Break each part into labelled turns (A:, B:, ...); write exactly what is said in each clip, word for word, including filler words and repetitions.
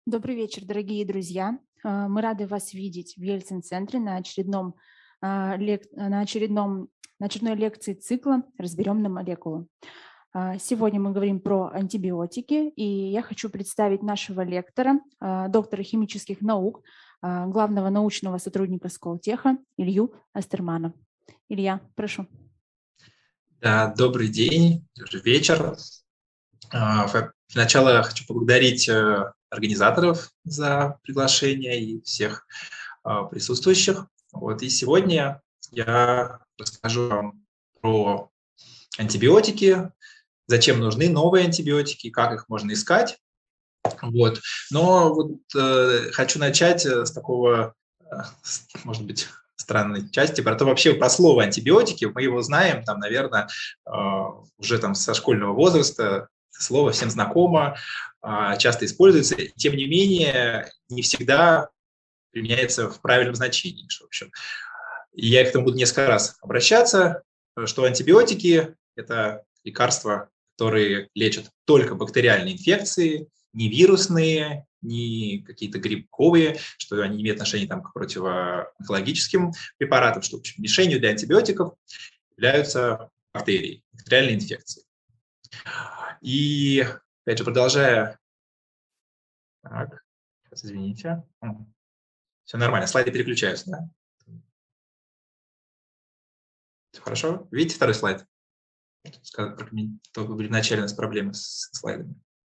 A: Добрый вечер, дорогие друзья. А, Мы рады вас видеть в Ельцин-центре на очередном, а, лек- на очередном, на очередной лекции цикла «Разберем на молекулы». А, Сегодня мы говорим про антибиотики, и я хочу представить нашего лектора, а, доктора химических наук, а, главного научного сотрудника Сколтеха Илью Астермана. Илья, прошу.
B: Да, добрый день, уже вечер. А, фа- Сначала хочу поблагодарить э, организаторов за приглашение и всех а, присутствующих. Вот, и сегодня я расскажу вам про антибиотики, зачем нужны новые антибиотики, как их можно искать. Вот. Но вот, э, хочу начать э, с такого, э, с- может быть, странной части, про то вообще про слово антибиотики. Мы его знаем, там, наверное, э, уже там со школьного возраста. Слово всем знакомо, э, часто используется. Тем не менее, не всегда применяется в правильном значении. Что, в общем, и я к этому буду несколько раз обращаться, э, что антибиотики– это лекарства, которые лечат только бактериальные инфекции, не вирусные, не какие-то грибковые, что они не имеют отношения там, к противоонкологическим препаратам, что в общем, мишенью для антибиотиков являются бактерии, бактериальные инфекции. И, опять же, продолжая... Так, сейчас, извините. Все нормально, слайды переключаются, да? Все хорошо? Видите второй слайд? То были вначале у нас проблемы с слайдами.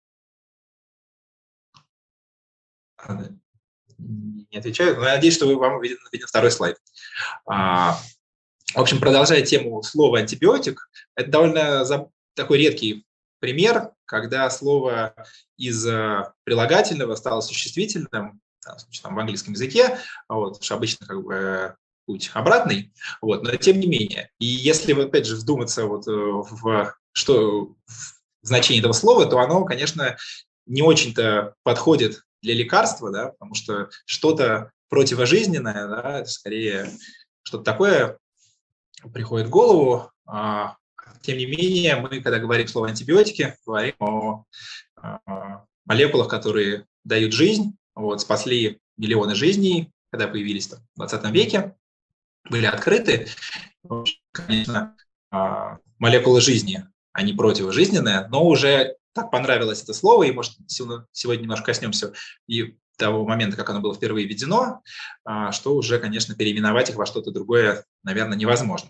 B: Не отвечаю, но я надеюсь, что вам виден, виден второй слайд. А, в общем, продолжая тему слова антибиотик, это довольно за, такой редкий пример, когда слово из прилагательного стало существительным, там, в английском языке, вот, потому что обычно как бы путь обратный, вот, но тем не менее. И если, опять же, вдуматься вот в, что, в значение этого слова, то оно, конечно, не очень-то подходит для лекарства, да, потому что что-то противожизненное, да, это скорее что-то такое приходит в голову. А, тем не менее, мы, когда говорим слово антибиотики, говорим о, о молекулах, которые дают жизнь, вот, спасли миллионы жизней, когда появились там, в двадцатом веке, были открыты. Конечно, молекулы жизни, они противожизненные, но уже так понравилось это слово, и, может, сегодня немножко коснемся и того момента, как оно было впервые введено, что уже, конечно, переименовать их во что-то другое, наверное, невозможно.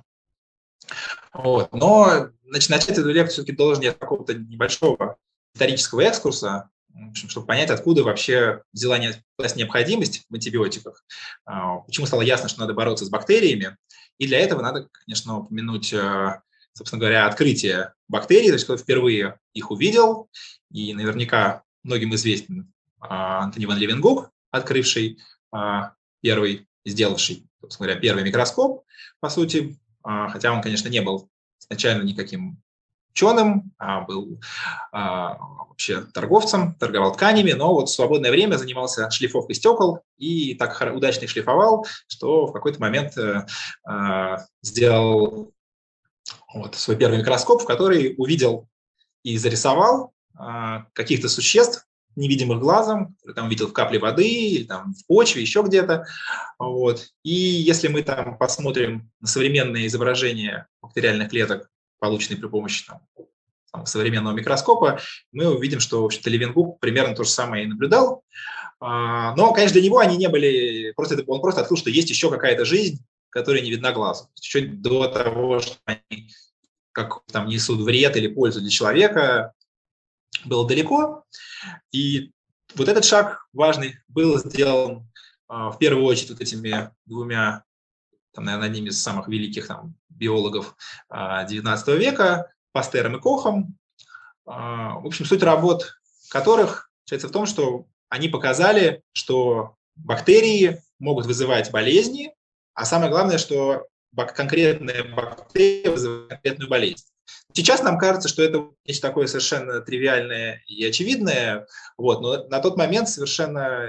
B: Вот. Но значит, начать эту лекцию все-таки должен я с какого-то небольшого исторического экскурса, в общем, чтобы понять, откуда вообще взялась необходимость в антибиотиках, почему стало ясно, что надо бороться с бактериями. И для этого надо, конечно, упомянуть, собственно говоря, открытие бактерий, то есть кто впервые их увидел, и наверняка многим известен Антони ван Левенгук, открывший первый, сделавший, собственно говоря, первый микроскоп, по сути, хотя он, конечно, не был изначально никаким ученым, а был а, вообще торговцем, торговал тканями, но вот в свободное время занимался шлифовкой стекол и так удачно их шлифовал, что в какой-то момент а, сделал вот свой первый микроскоп, в который увидел и зарисовал а, каких-то существ, невидимых глазом, там видел в капле воды, или там в почве, еще где-то. Вот. И если мы там посмотрим на современные изображения бактериальных клеток, полученные при помощи там, там, современного микроскопа, мы увидим, что, в общем-то, Левенгук примерно то же самое и наблюдал. А, но, конечно, для него они не были... Просто, он просто открыл, что есть еще какая-то жизнь, которая не видна глазу. Еще до того, что они как там несут вред или пользу для человека, было далеко. И вот этот шаг важный был сделан а, в первую очередь вот этими двумя, там, наверное, одними из самых великих там, биологов а, девятнадцатого века, Пастером и Кохом. А, в общем, суть работ которых заключается в том, что они показали, что бактерии могут вызывать болезни, а самое главное, что бак- конкретная бактерия вызывает конкретную болезнь. Сейчас нам кажется, что это нечто такое совершенно тривиальное и очевидное, вот, но на тот момент совершенно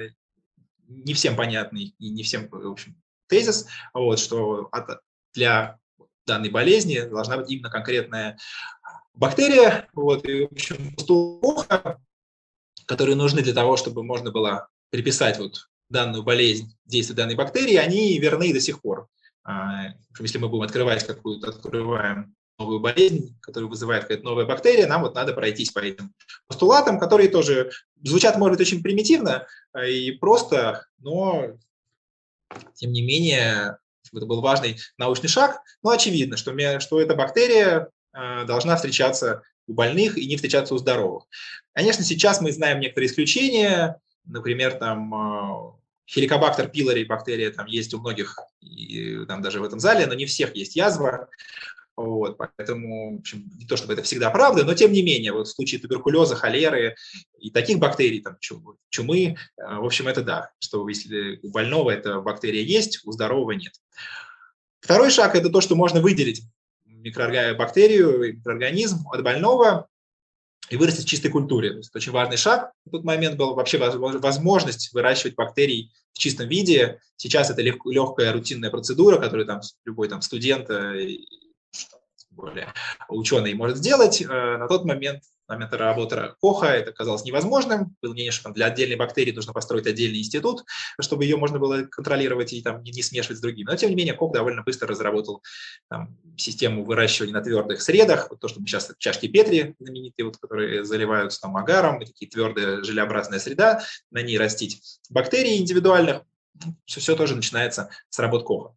B: не всем понятный и не всем, в общем, тезис, вот, что от, для данной болезни должна быть именно конкретная бактерия. Вот, и, в общем, плохо которые нужны для того, чтобы можно было приписать вот данную болезнь действию данной бактерии, они верны до сих пор. Если мы будем открывать какую-то, открываем новую болезнь, которую вызывает какая-то новая бактерия, нам вот надо пройтись по этим постулатам, которые тоже звучат, может быть, очень примитивно и просто, но, тем не менее, это был важный научный шаг. Но очевидно, что, что эта бактерия должна встречаться у больных и не встречаться у здоровых. Конечно, сейчас мы знаем некоторые исключения, например, там Helicobacter pylori бактерия там есть у многих, и, там даже в этом зале, но не всех есть язва. Вот, поэтому, в общем, не то чтобы это всегда правда, но тем не менее, вот в случае туберкулеза, холеры и таких бактерий, там, чумы, в общем, это да, что если у больного эта бактерия есть, у здорового нет. Второй шаг – это то, что можно выделить бактерию, микроорганизм от больного и вырастить в чистой культуре. То есть это очень важный шаг. В тот момент была вообще возможность выращивать бактерий в чистом виде. Сейчас это легкая рутинная процедура, которую там любой там, студент, более ученый может сделать. На тот момент, на момент работы Коха, это казалось невозможным. Было мнение, что там, для отдельной бактерии нужно построить отдельный институт, чтобы ее можно было контролировать и там, не, не смешивать с другими. Но, тем не менее, Кох довольно быстро разработал там, систему выращивания на твердых средах. Вот то, что мы сейчас чашки Петри знаменитые, вот, которые заливаются там, агаром, и такие твердая желеобразная среда, на ней растить бактерий индивидуальных. Все, все тоже начинается с работ Коха.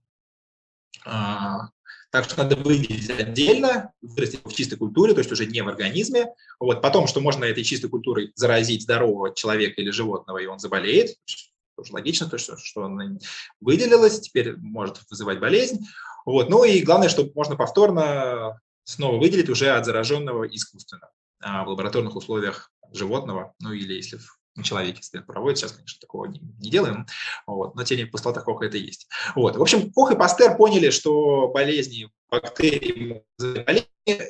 B: Так что надо выделить отдельно, вырастить в чистой культуре, то есть уже не в организме. Вот. Потом, что можно этой чистой культурой заразить здорового человека или животного, и он заболеет. Тоже логично, то, что, что она выделилась, теперь может вызывать болезнь. Вот. Ну и главное, что можно повторно снова выделить уже от зараженного искусственно в лабораторных условиях животного, ну или если на человеке эксперимент проводит, сейчас, конечно, такого не, не делаем, вот, но тем не менее в постулатах Коха это есть. Вот. В общем, Кох и Пастер поняли, что болезни бактерий болезни,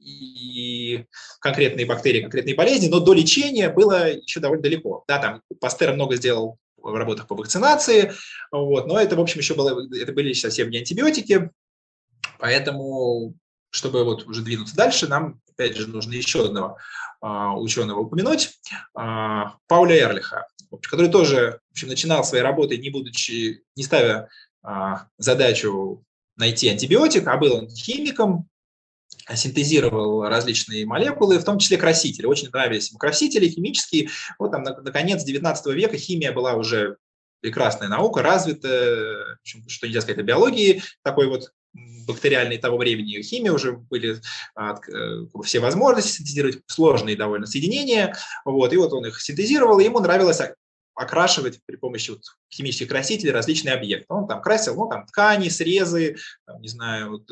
B: и конкретные бактерии, конкретные болезни, но до лечения было еще довольно далеко. Да, там Пастер много сделал в работах по вакцинации, вот, но это, в общем, еще было, это были совсем не антибиотики, поэтому, чтобы вот уже двинуться дальше, нам, опять же, нужно еще одного ученого упомянуть, Пауля Эрлиха, который тоже, в общем, начинал своей работой, не будучи, не ставя задачу найти антибиотик, а был он химиком, синтезировал различные молекулы, в том числе красители. Очень нравились ему красители химические. Вот там на, на конец девятнадцатого века химия была уже прекрасная наука, развитая, что нельзя сказать о биологии, такой вот бактериальной того времени химии уже были а, все возможности синтезировать сложные довольно соединения. Вот, и вот он их синтезировал, и ему нравилось окрашивать при помощи вот химических красителей различные объекты. Он там красил, ну, там ткани, срезы, там, не знаю, вот,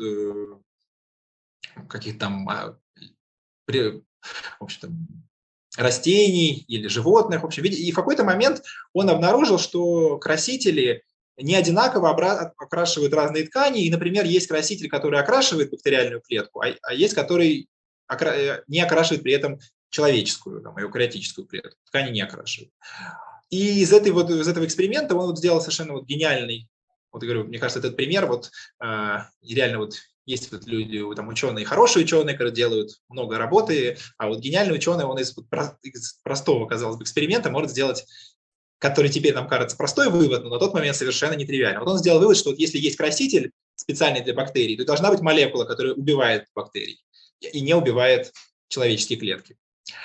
B: э, каких-то там, а, при, в общем-то, растений или животных. В общем, и в какой-то момент он обнаружил, что красители не одинаково окрашивают разные ткани. И, например, есть краситель, который окрашивает бактериальную клетку, а, а есть, который окра... не окрашивает при этом человеческую, там, эукариотическую клетку. Ткани не окрашивают. И из, этой вот, из этого эксперимента он вот сделал совершенно вот гениальный, вот я говорю, мне кажется, этот пример, вот э, реально вот есть вот люди, там ученые, хорошие ученые, которые делают много работы, а вот гениальный ученый, он из, из простого, казалось бы, эксперимента может сделать, который теперь нам кажется простой вывод, но на тот момент совершенно нетривиальный. Вот он сделал вывод, что вот если есть краситель специальный для бактерий, то должна быть молекула, которая убивает бактерий и не убивает человеческие клетки.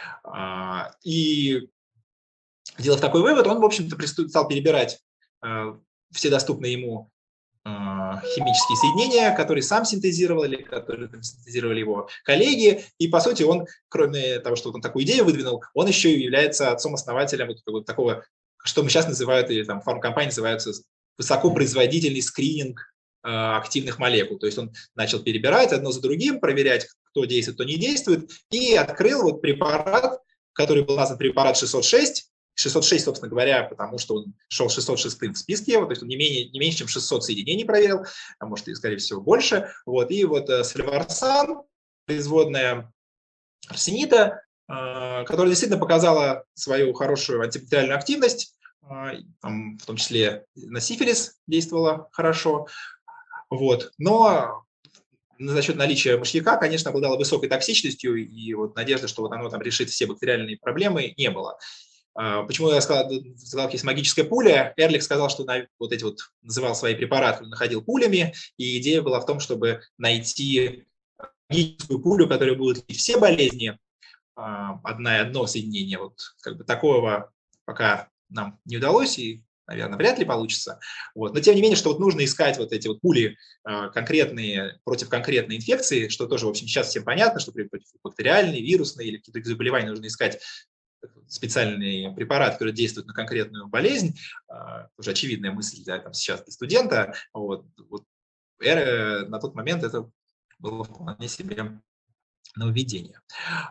B: И сделав такой вывод, он, в общем-то, стал перебирать все доступные ему химические соединения, которые сам синтезировал или которые синтезировали его коллеги. И, по сути, он, кроме того, что он такую идею выдвинул, он еще и является отцом-основателем вот, вот такого, что мы сейчас называют, или там фармкомпании называются высокопроизводительный скрининг э, активных молекул. То есть он начал перебирать одно за другим, проверять, кто действует, кто не действует, и открыл вот препарат, который был назван препарат шестьсот шесть. шестьсот шесть, собственно говоря, потому что он шел шестьсот шестым в списке его, то есть он не, менее, не меньше, чем шестьсот соединений проверил, а может и, скорее всего, больше. Вот. И вот э, сальварсан, производная арсенита, э, которая действительно показала свою хорошую антибактериальную активность, э, там, в том числе на сифилис действовала хорошо. Вот. Но за счет наличия мышьяка, конечно, обладала высокой токсичностью, и вот надежды, что вот оно там решит все бактериальные проблемы, не было. Почему я сказал, сказал, есть магическая пуля? Эрлих сказал, что вот эти вот, называл свои препараты, он находил пулями, и идея была в том, чтобы найти магическую пулю, которая будет лечить все болезни, одна и одно соединение. Вот как бы такого пока нам не удалось, и, наверное, вряд ли получится. Вот. Но тем не менее, что вот нужно искать вот эти вот пули конкретные против конкретной инфекции, что тоже, в общем, сейчас всем понятно, что против бактериальной, вирусной или каких-то заболеваний нужно искать специальный препарат, который действует на конкретную болезнь. Уже очевидная мысль для там, сейчас для студента. Вот. Вот. На тот момент это было вполне себе нововведение.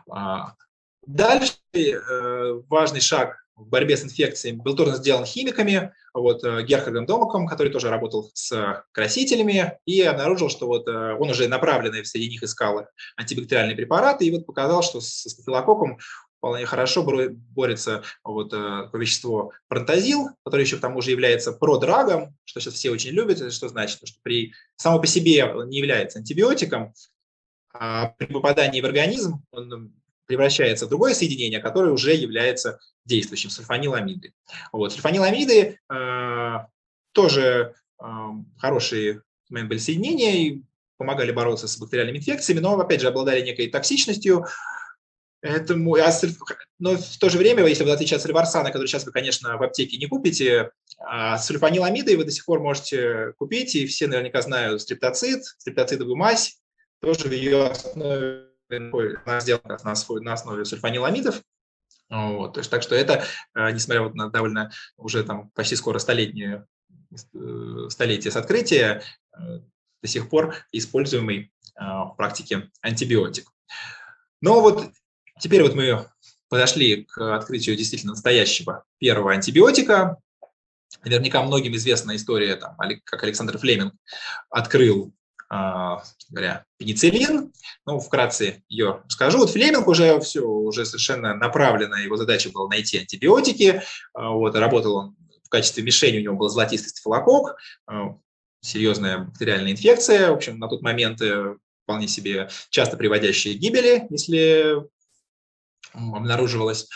B: Дальше важный шаг в борьбе с инфекциями был тоже сделан химиками, вот, Герхардом Домаком, который тоже работал с красителями, и обнаружил, что вот он уже направленный среди них искал антибактериальные препараты, и вот показал, что со стафилококком вполне хорошо борется вот, такое вещество пронтозил, которое еще к тому же является продрагом, что сейчас все очень любят. Это что значит? Что при, само по себе не является антибиотиком, а при попадании в организм он превращается в другое соединение, которое уже является действующим, сульфаниламиды. Вот. Сульфаниламиды э, тоже э, хорошие были соединения и помогали бороться с бактериальными инфекциями, но, опять же, обладали некой токсичностью. Этому, но в то же время, если вы отличие от сульфарсана, который сейчас вы, конечно, в аптеке не купите, а сульфаниламиды вы до сих пор можете купить, и все наверняка знают стрептоцит, стрептоцидовую мазь, тоже в ее основе она сделана на основе, на основе сульфаниламидов. Вот, то есть, так что это, несмотря вот на довольно уже там почти скоро столетнее столетие с открытия, до сих пор используемый в практике антибиотик. Но вот теперь вот мы подошли к открытию действительно настоящего первого антибиотика. Наверняка многим известна история, там, как Александр Флеминг открыл говоря, пенициллин. Ну, вкратце ее скажу. Вот Флеминг уже все, уже совершенно направленно, его задача была найти антибиотики. Вот, работал он в качестве мишени, у него был золотистый стафилококк, серьезная бактериальная инфекция. В общем, на тот момент вполне себе часто приводящие к гибели, если обнаруживалось.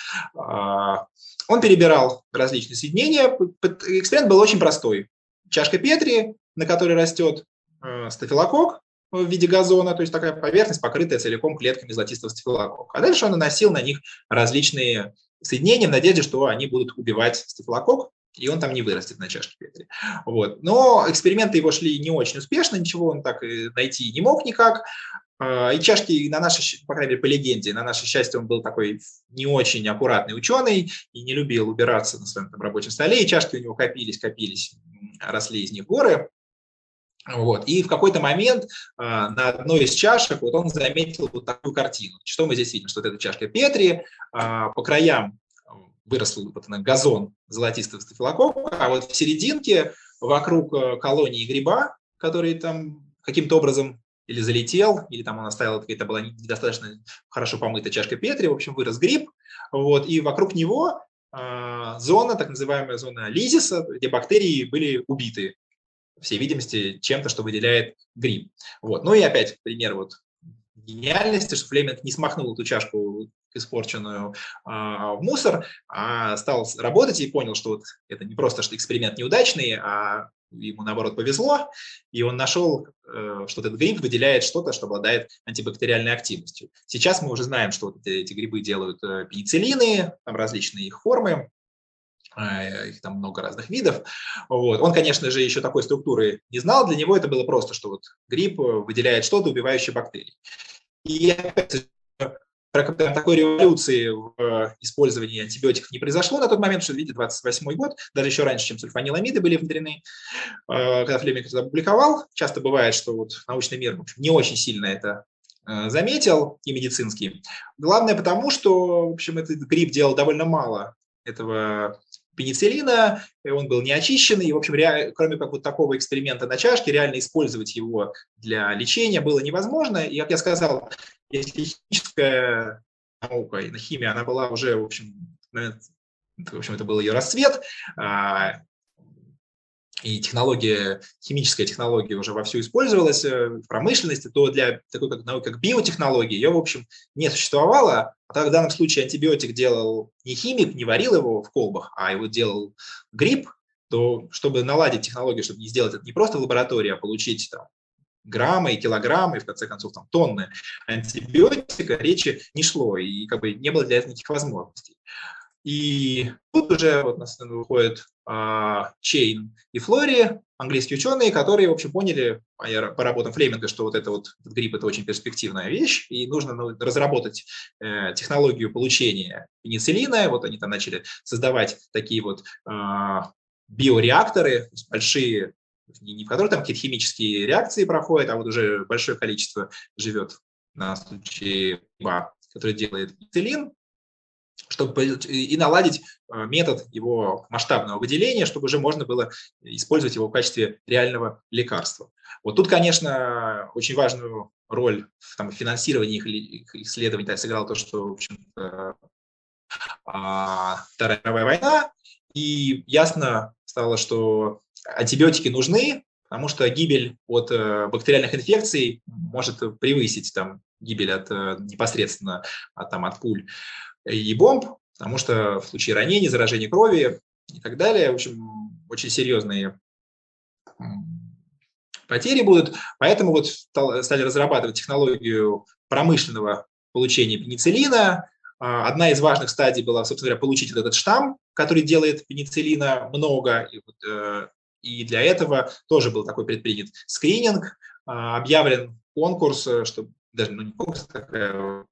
B: Он перебирал различные соединения. Эксперимент был очень простой. Чашка Петри, на которой растет стафилококк в виде газона, то есть такая поверхность, покрытая целиком клетками золотистого стафилококка. А дальше он наносил на них различные соединения в надежде, что они будут убивать стафилококк, и он там не вырастет на чашке Петри. Вот. Но эксперименты его шли не очень успешно, ничего он так найти не мог никак. И чашки, на наше, по крайней мере, по легенде, на наше счастье, он был такой не очень аккуратный ученый и не любил убираться на своем там, рабочем столе, и чашки у него копились, копились, росли из них горы. Вот. И в какой-то момент а, на одной из чашек вот он заметил вот такую картину. Что мы здесь видим? Что вот эта чашка Петри, а, по краям вырос вот она, газон золотистого стафилококка, а вот в серединке вокруг колонии гриба, который там каким-то образом или залетел, или там он оставил, какая-то была недостаточно хорошо помыта чашка Петри, в общем, вырос гриб, вот, и вокруг него а, зона, так называемая зона лизиса, где бактерии были убиты, по всей видимости, чем-то, что выделяет гриб. Вот. Ну и опять пример вот гениальности, что Флеминг не смахнул эту чашку испорченную а, в мусор, а стал работать и понял, что вот это не просто что эксперимент неудачный, а ему, наоборот, повезло, и он нашел, э, что этот гриб выделяет что-то, что обладает антибактериальной активностью. Сейчас мы уже знаем, что вот эти, эти грибы делают пенициллины, там различные их формы, их там много разных видов. Вот. Он, конечно же, еще такой структуры не знал. Для него это было просто, что вот гриб выделяет что-то, убивающее бактерии. И опять такой революции в использовании антибиотиков не произошло на тот момент, что, видите, двадцать восьмой год, даже еще раньше, чем сульфаниламиды были внедрены, когда Флеминг это опубликовал. Часто бывает, что вот научный мир не очень сильно это заметил, и медицинский. Главное потому, что, в общем, этот гриб делал довольно мало этого пенициллина, он был не очищенный, и, в общем, ре... кроме как вот такого эксперимента на чашке, реально использовать его для лечения было невозможно. И, как я сказал, если химическая наука, химия, она была уже, в общем, в общем, это был ее расцвет, и технология, химическая технология уже вовсю использовалась в промышленности, то для такой как науки, как биотехнологии, ее, в общем, не существовало. А в данном случае антибиотик делал не химик, не варил его в колбах, а его делал гриб, то чтобы наладить технологию, чтобы не сделать это не просто в лаборатории, а получить там граммы и килограммы, и в конце концов там, тонны антибиотика, речи не шло, и как бы не было для этого никаких возможностей. И тут уже вот на сцену выходят а, Чейн и Флори, английские ученые, которые, в общем, поняли по работам Флеминга, что вот это вот этот гриб – это очень перспективная вещь, и нужно ну, разработать э, технологию получения пенициллина. Вот они там начали создавать такие вот а, биореакторы, большие, не в которых там какие-то химические реакции проходят, а вот уже большое количество живет на случае гриба, который делает пенициллин, чтобы и наладить метод его масштабного выделения, чтобы уже можно было использовать его в качестве реального лекарства. Вот тут, конечно, очень важную роль в там, финансировании их исследований сыграло то, что, в общем-то, Вторая мировая война, и ясно стало, что антибиотики нужны, потому что гибель от бактериальных инфекций может превысить там, гибель от, непосредственно от, там, от пуль и бомб, потому что в случае ранений, заражения крови и так далее, в общем, очень серьезные потери будут. Поэтому вот стали разрабатывать технологию промышленного получения пенициллина. Одна из важных стадий была, собственно говоря, получить вот этот штамм, который делает пенициллина много. И, вот, и для этого тоже был такой предпринят скрининг, объявлен конкурс, что даже ну, не конкурс, а такая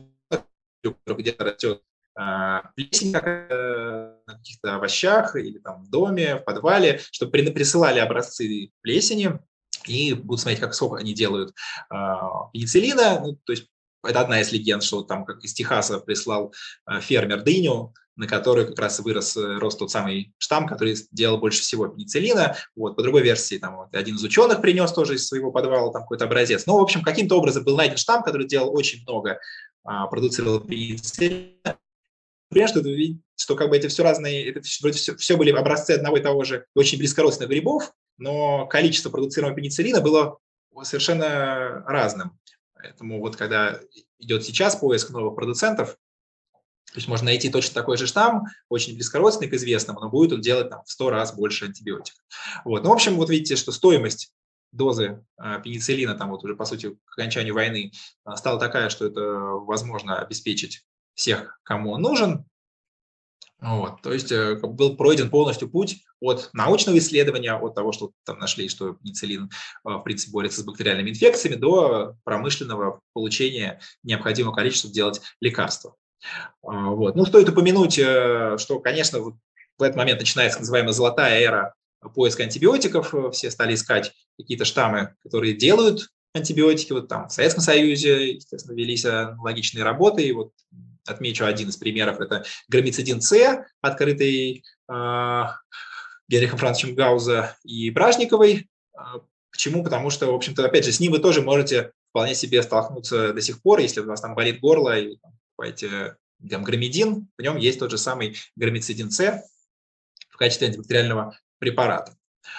B: где-то растет а, плесень на каких-то овощах или там в доме, в подвале, чтобы присылали образцы плесени и будут смотреть, как сколько они делают а, пенициллина. Ну, то есть это одна из легенд, что там как из Техаса прислал а, фермер дыню, на которой как раз вырос, рос тот самый штамм, который делал больше всего пенициллина. Вот, по другой версии, там, вот, один из ученых принес тоже из своего подвала там, какой-то образец. Ну, в общем, каким-то образом был найден штамм, который делал очень много, а, продуцировал пенициллина. Например, что, что как бы это все разные, это все, все были образцы одного и того же очень близкородственных грибов, но количество продуцируемого пенициллина было совершенно разным. Поэтому вот когда идет сейчас поиск новых продуцентов, то есть можно найти точно такой же штамм, очень близкородственный к известному, но будет он делать там, в сто раз больше антибиотиков. Вот. Ну, в общем, вот видите, что стоимость дозы э, пенициллина, там вот уже по сути к окончанию войны, э, стала такая, что это возможно обеспечить всех, кому он нужен. Вот. То есть э, был пройден полностью путь от научного исследования, от того, что там нашли, что пенициллин э, в принципе борется с бактериальными инфекциями, до промышленного получения необходимого количества делать лекарства. Вот. Ну, стоит упомянуть, что, конечно, в этот момент начинается называемая золотая эра поиска антибиотиков. Все стали искать какие-то штаммы, которые делают антибиотики. Вот там в Советском Союзе, естественно, велись аналогичные работы. И вот отмечу один из примеров. Это грамицидин С, открытый э, Генрихом Францовичем Гауза и Бражниковой. Почему? Потому что, в общем-то, опять же, с ним вы тоже можете вполне себе столкнуться до сих пор, если у вас там болит горло и покупаете там, грамидин, в нем есть тот же самый грамицидин С в качестве антибактериального препарата.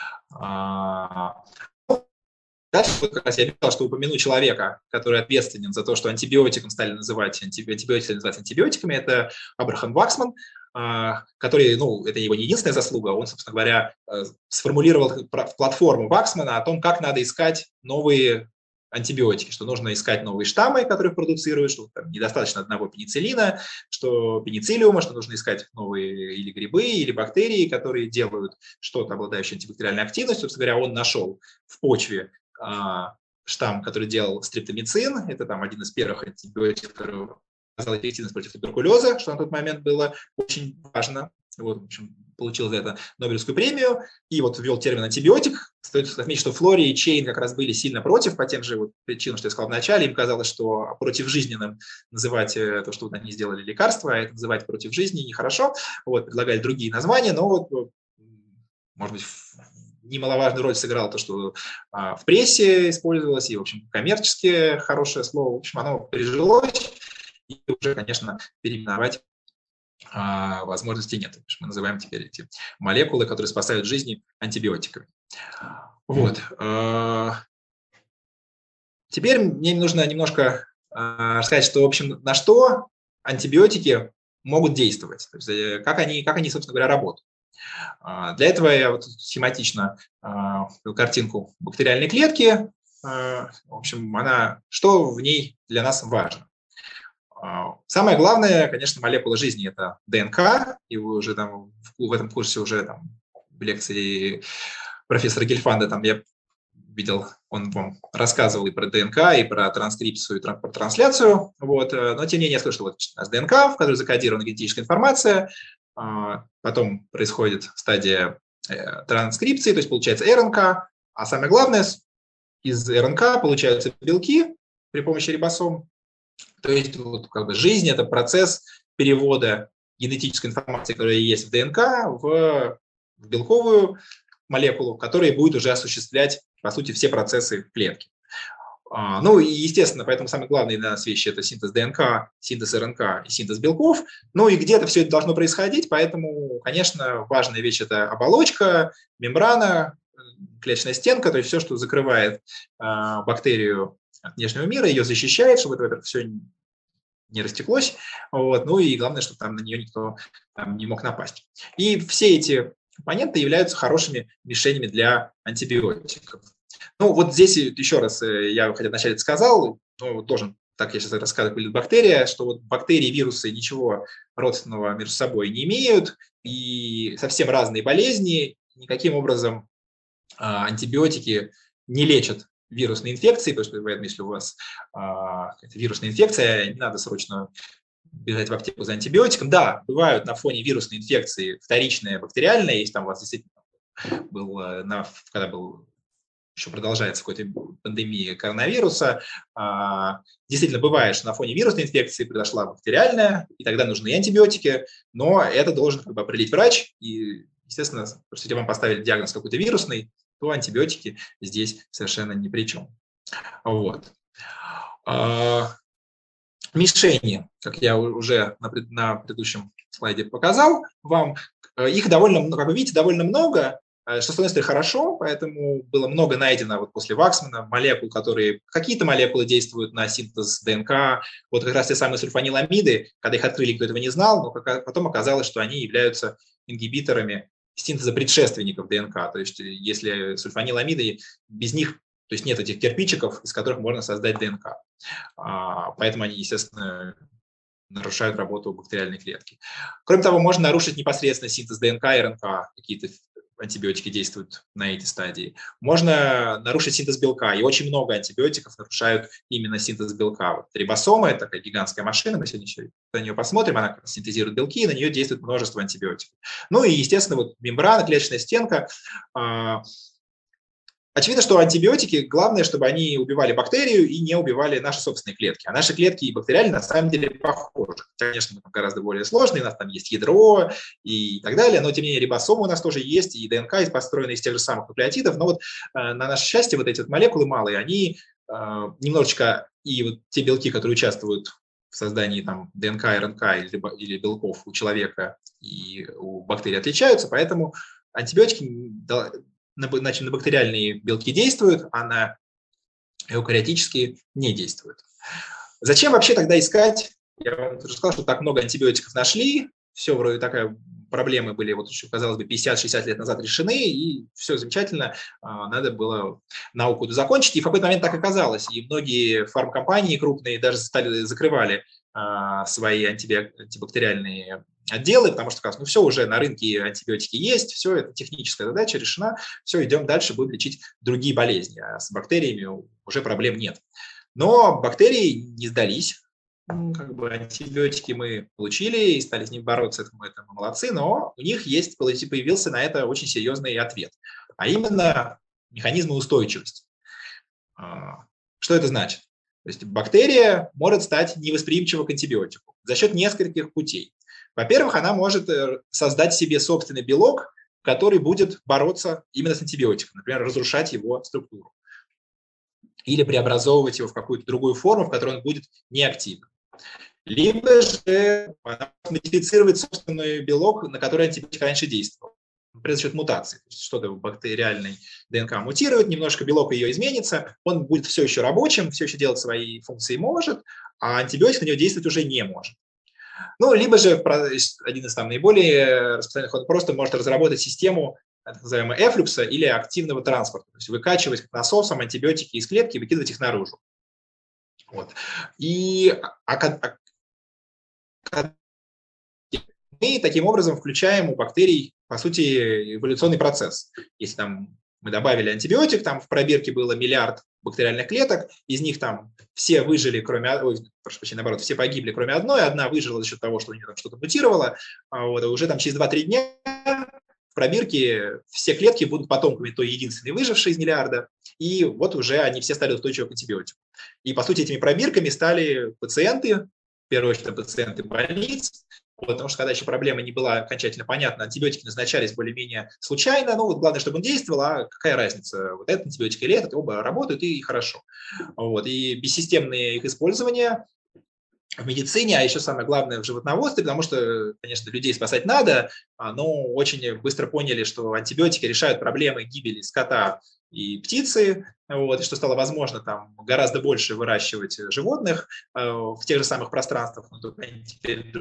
B: Дальше вот как раз я обещал, что упомяну человека, который ответственен за то, что антибиотиком стали называть, антибиотики стали называть антибиотиками, это Абрахам Ваксман, который, ну, это его не единственная заслуга, он, собственно говоря, сформулировал платформу Ваксмана о том, как надо искать новые антибиотики, что нужно искать новые штаммы, которые продуцируют, что там недостаточно одного пенициллина, что пенициллиума, что нужно искать новые или грибы, или бактерии, которые делают что-то, обладающее антибактериальной активностью. Собственно говоря, он нашел в почве а, штамм, который делал стрептомицин, это там один из первых антибиотиков, который показал эффективность против туберкулеза, что на тот момент было очень важно. Вот, в общем, получил за это Нобелевскую премию и вот ввел термин антибиотик. Стоит отметить, что Флори и Чейн как раз были сильно против по тем же вот причинам, что я сказал в начале. Им казалось, что против жизненным называть то, что вот они сделали лекарство, а это называть против жизни нехорошо. Вот, предлагали другие названия, но вот, может быть, немаловажную роль сыграло то, что а, в прессе использовалось, и, в общем, коммерчески хорошее слово. В общем, оно прижилось, и уже, конечно, переименовать а, возможности нет. Мы называем теперь эти молекулы, которые спасают жизни, антибиотиками. Вот. Теперь мне нужно немножко сказать, что, в общем, на что антибиотики могут действовать, то есть как они, как они, собственно говоря, работают. Для этого я вот схематично картинку бактериальной клетки. В общем, она, что в ней для нас важно? Самое главное, конечно, молекула жизни – это ДНК, и вы уже там в этом курсе уже там в лекции профессора Гельфанда там я видел, он вам рассказывал и про ДНК, и про транскрипцию, и про трансляцию, вот, но тем не менее я слышал, вот у нас ДНК, в которой закодирована генетическая информация, потом происходит стадия транскрипции, то есть получается РНК, а самое главное, из РНК получаются белки при помощи рибосом. То есть вот, как бы, жизнь – это процесс перевода генетической информации, которая есть в ДНК, в, в белковую молекулу, которая будет уже осуществлять, по сути, все процессы в клетке. А, ну и, естественно, поэтому самые главные для нас вещи – это синтез ДНК, синтез РНК и синтез белков. Ну и где-то все это должно происходить, поэтому, конечно, важная вещь – это оболочка, мембрана, клеточная стенка, то есть все, что закрывает а, бактерию от внешнего мира, ее защищает, чтобы это, во-первых, все не растеклось, вот, ну и главное, чтобы там на нее никто там не мог напасть. И все эти компоненты являются хорошими мишенями для антибиотиков. Ну вот здесь еще раз, я хотя вначале сказал, ну, должен, так я сейчас рассказываю, будет бактерия, что вот бактерии, вирусы ничего родственного между собой не имеют, и совсем разные болезни, никаким образом а, антибиотики не лечат вирусные инфекции, потому что если у вас а, вирусная инфекция, не надо срочно бежать в аптеку за антибиотиком. Да, бывают на фоне вирусной инфекции вторичные бактериальные, если там у вас действительно был, на, когда был, еще продолжается какой-то пандемия коронавируса, а, действительно бывает, что на фоне вирусной инфекции произошла бактериальная, и тогда нужны антибиотики, но это должен как бы определить врач, и, естественно, если вам поставили диагноз какой-то вирусный, то антибиотики здесь совершенно ни при чем. Вот. Мишени, как я уже на, пред, на предыдущем слайде показал вам, их довольно, как вы видите, довольно много, что, с одной стороны, хорошо, поэтому было много найдено вот после Ваксмана молекул, которые, какие-то молекулы действуют на синтез ДНК, вот как раз те самые сульфаниламиды, когда их открыли, кто этого не знал, но потом оказалось, что они являются ингибиторами синтеза предшественников ДНК, то есть если сульфаниламиды, без них, то есть нет этих кирпичиков, из которых можно создать ДНК. А, поэтому они, естественно, нарушают работу бактериальной клетки. Кроме того, можно нарушить непосредственно синтез ДНК и РНК, какие-то антибиотики действуют на эти стадии. Можно нарушить синтез белка, и очень много антибиотиков нарушают именно синтез белка. Вот рибосома – это такая гигантская машина, мы сегодня еще на нее посмотрим, она синтезирует белки, и на нее действует множество антибиотиков. Ну и, естественно, вот мембрана, клеточная стенка. Очевидно, что антибиотики, главное, чтобы они убивали бактерию и не убивали наши собственные клетки. А наши клетки и бактериальные на самом деле похожи. Конечно, мы там гораздо более сложные, у нас там есть ядро и так далее, но тем не менее рибосомы у нас тоже есть, и ДНК построена из тех же самых нуклеотидов. Но вот э, на наше счастье вот эти вот молекулы малые, они э, немножечко, и вот те белки, которые участвуют в создании там, ДНК, РНК или, или белков у человека и у бактерий отличаются, поэтому антибиотики значит, на бактериальные белки действуют, а на эукариотические не действуют. Зачем вообще тогда искать? Я вам уже сказал, что так много антибиотиков нашли, все вроде такая проблемы были, вот еще, казалось бы, пятьдесят-шестьдесят лет назад решены, и все замечательно, надо было науку закончить, и в какой-то момент так оказалось, и многие фармкомпании крупные даже стали, закрывали свои антибактериальные отделы, потому что, ну все, уже на рынке антибиотики есть, все, это техническая задача решена, все, идем дальше, будем лечить другие болезни, а с бактериями уже проблем нет. Но бактерии не сдались, как бы антибиотики мы получили и стали с ними бороться, это мы, это мы молодцы, но у них есть, появился на это очень серьезный ответ, а именно механизмы устойчивости. Что это значит? То есть бактерия может стать невосприимчива к антибиотику за счет нескольких путей. Во-первых, она может создать себе собственный белок, который будет бороться именно с антибиотиком, например, разрушать его структуру или преобразовывать его в какую-то другую форму, в которой он будет неактивным. Либо же она модифицирует собственный белок, на который антибиотик раньше действовал, например, за счет мутации. То есть что-то в бактериальной ДНК мутирует, немножко белок ее изменится, он будет все еще рабочим, все еще делать свои функции может, а антибиотик на него действовать уже не может. Ну, либо же один из там наиболее распространенных, он просто может разработать систему так называемого эфлюкса или активного транспорта, то есть выкачивать насосом антибиотики из клетки и выкидывать их наружу. Вот. И а, а, а, мы таким образом включаем у бактерий, по сути, эволюционный процесс. Если там мы добавили антибиотик, там в пробирке было миллиард бактериальных клеток, из них там все выжили, кроме, ой, прошу прощения, наоборот, все погибли, кроме одной, одна выжила за счет того, что у нее там что-то мутировало, вот, уже там через два-три дня в пробирке все клетки будут потомками той единственной выжившей из миллиарда, и вот уже они все стали устойчивы к антибиотику. И, по сути, этими пробирками стали пациенты, в первую очередь пациенты больниц, вот, потому что когда еще проблема не была окончательно понятна, антибиотики назначались более-менее случайно, ну вот главное, чтобы он действовал, а какая разница, вот этот антибиотик или этот, оба работают и хорошо. Вот, и бессистемное их использование в медицине, а еще самое главное в животноводстве, потому что, конечно, людей спасать надо, но очень быстро поняли, что антибиотики решают проблемы гибели скота и птицы, вот, и что стало возможно там гораздо больше выращивать животных э, в тех же самых пространствах, но только они теперь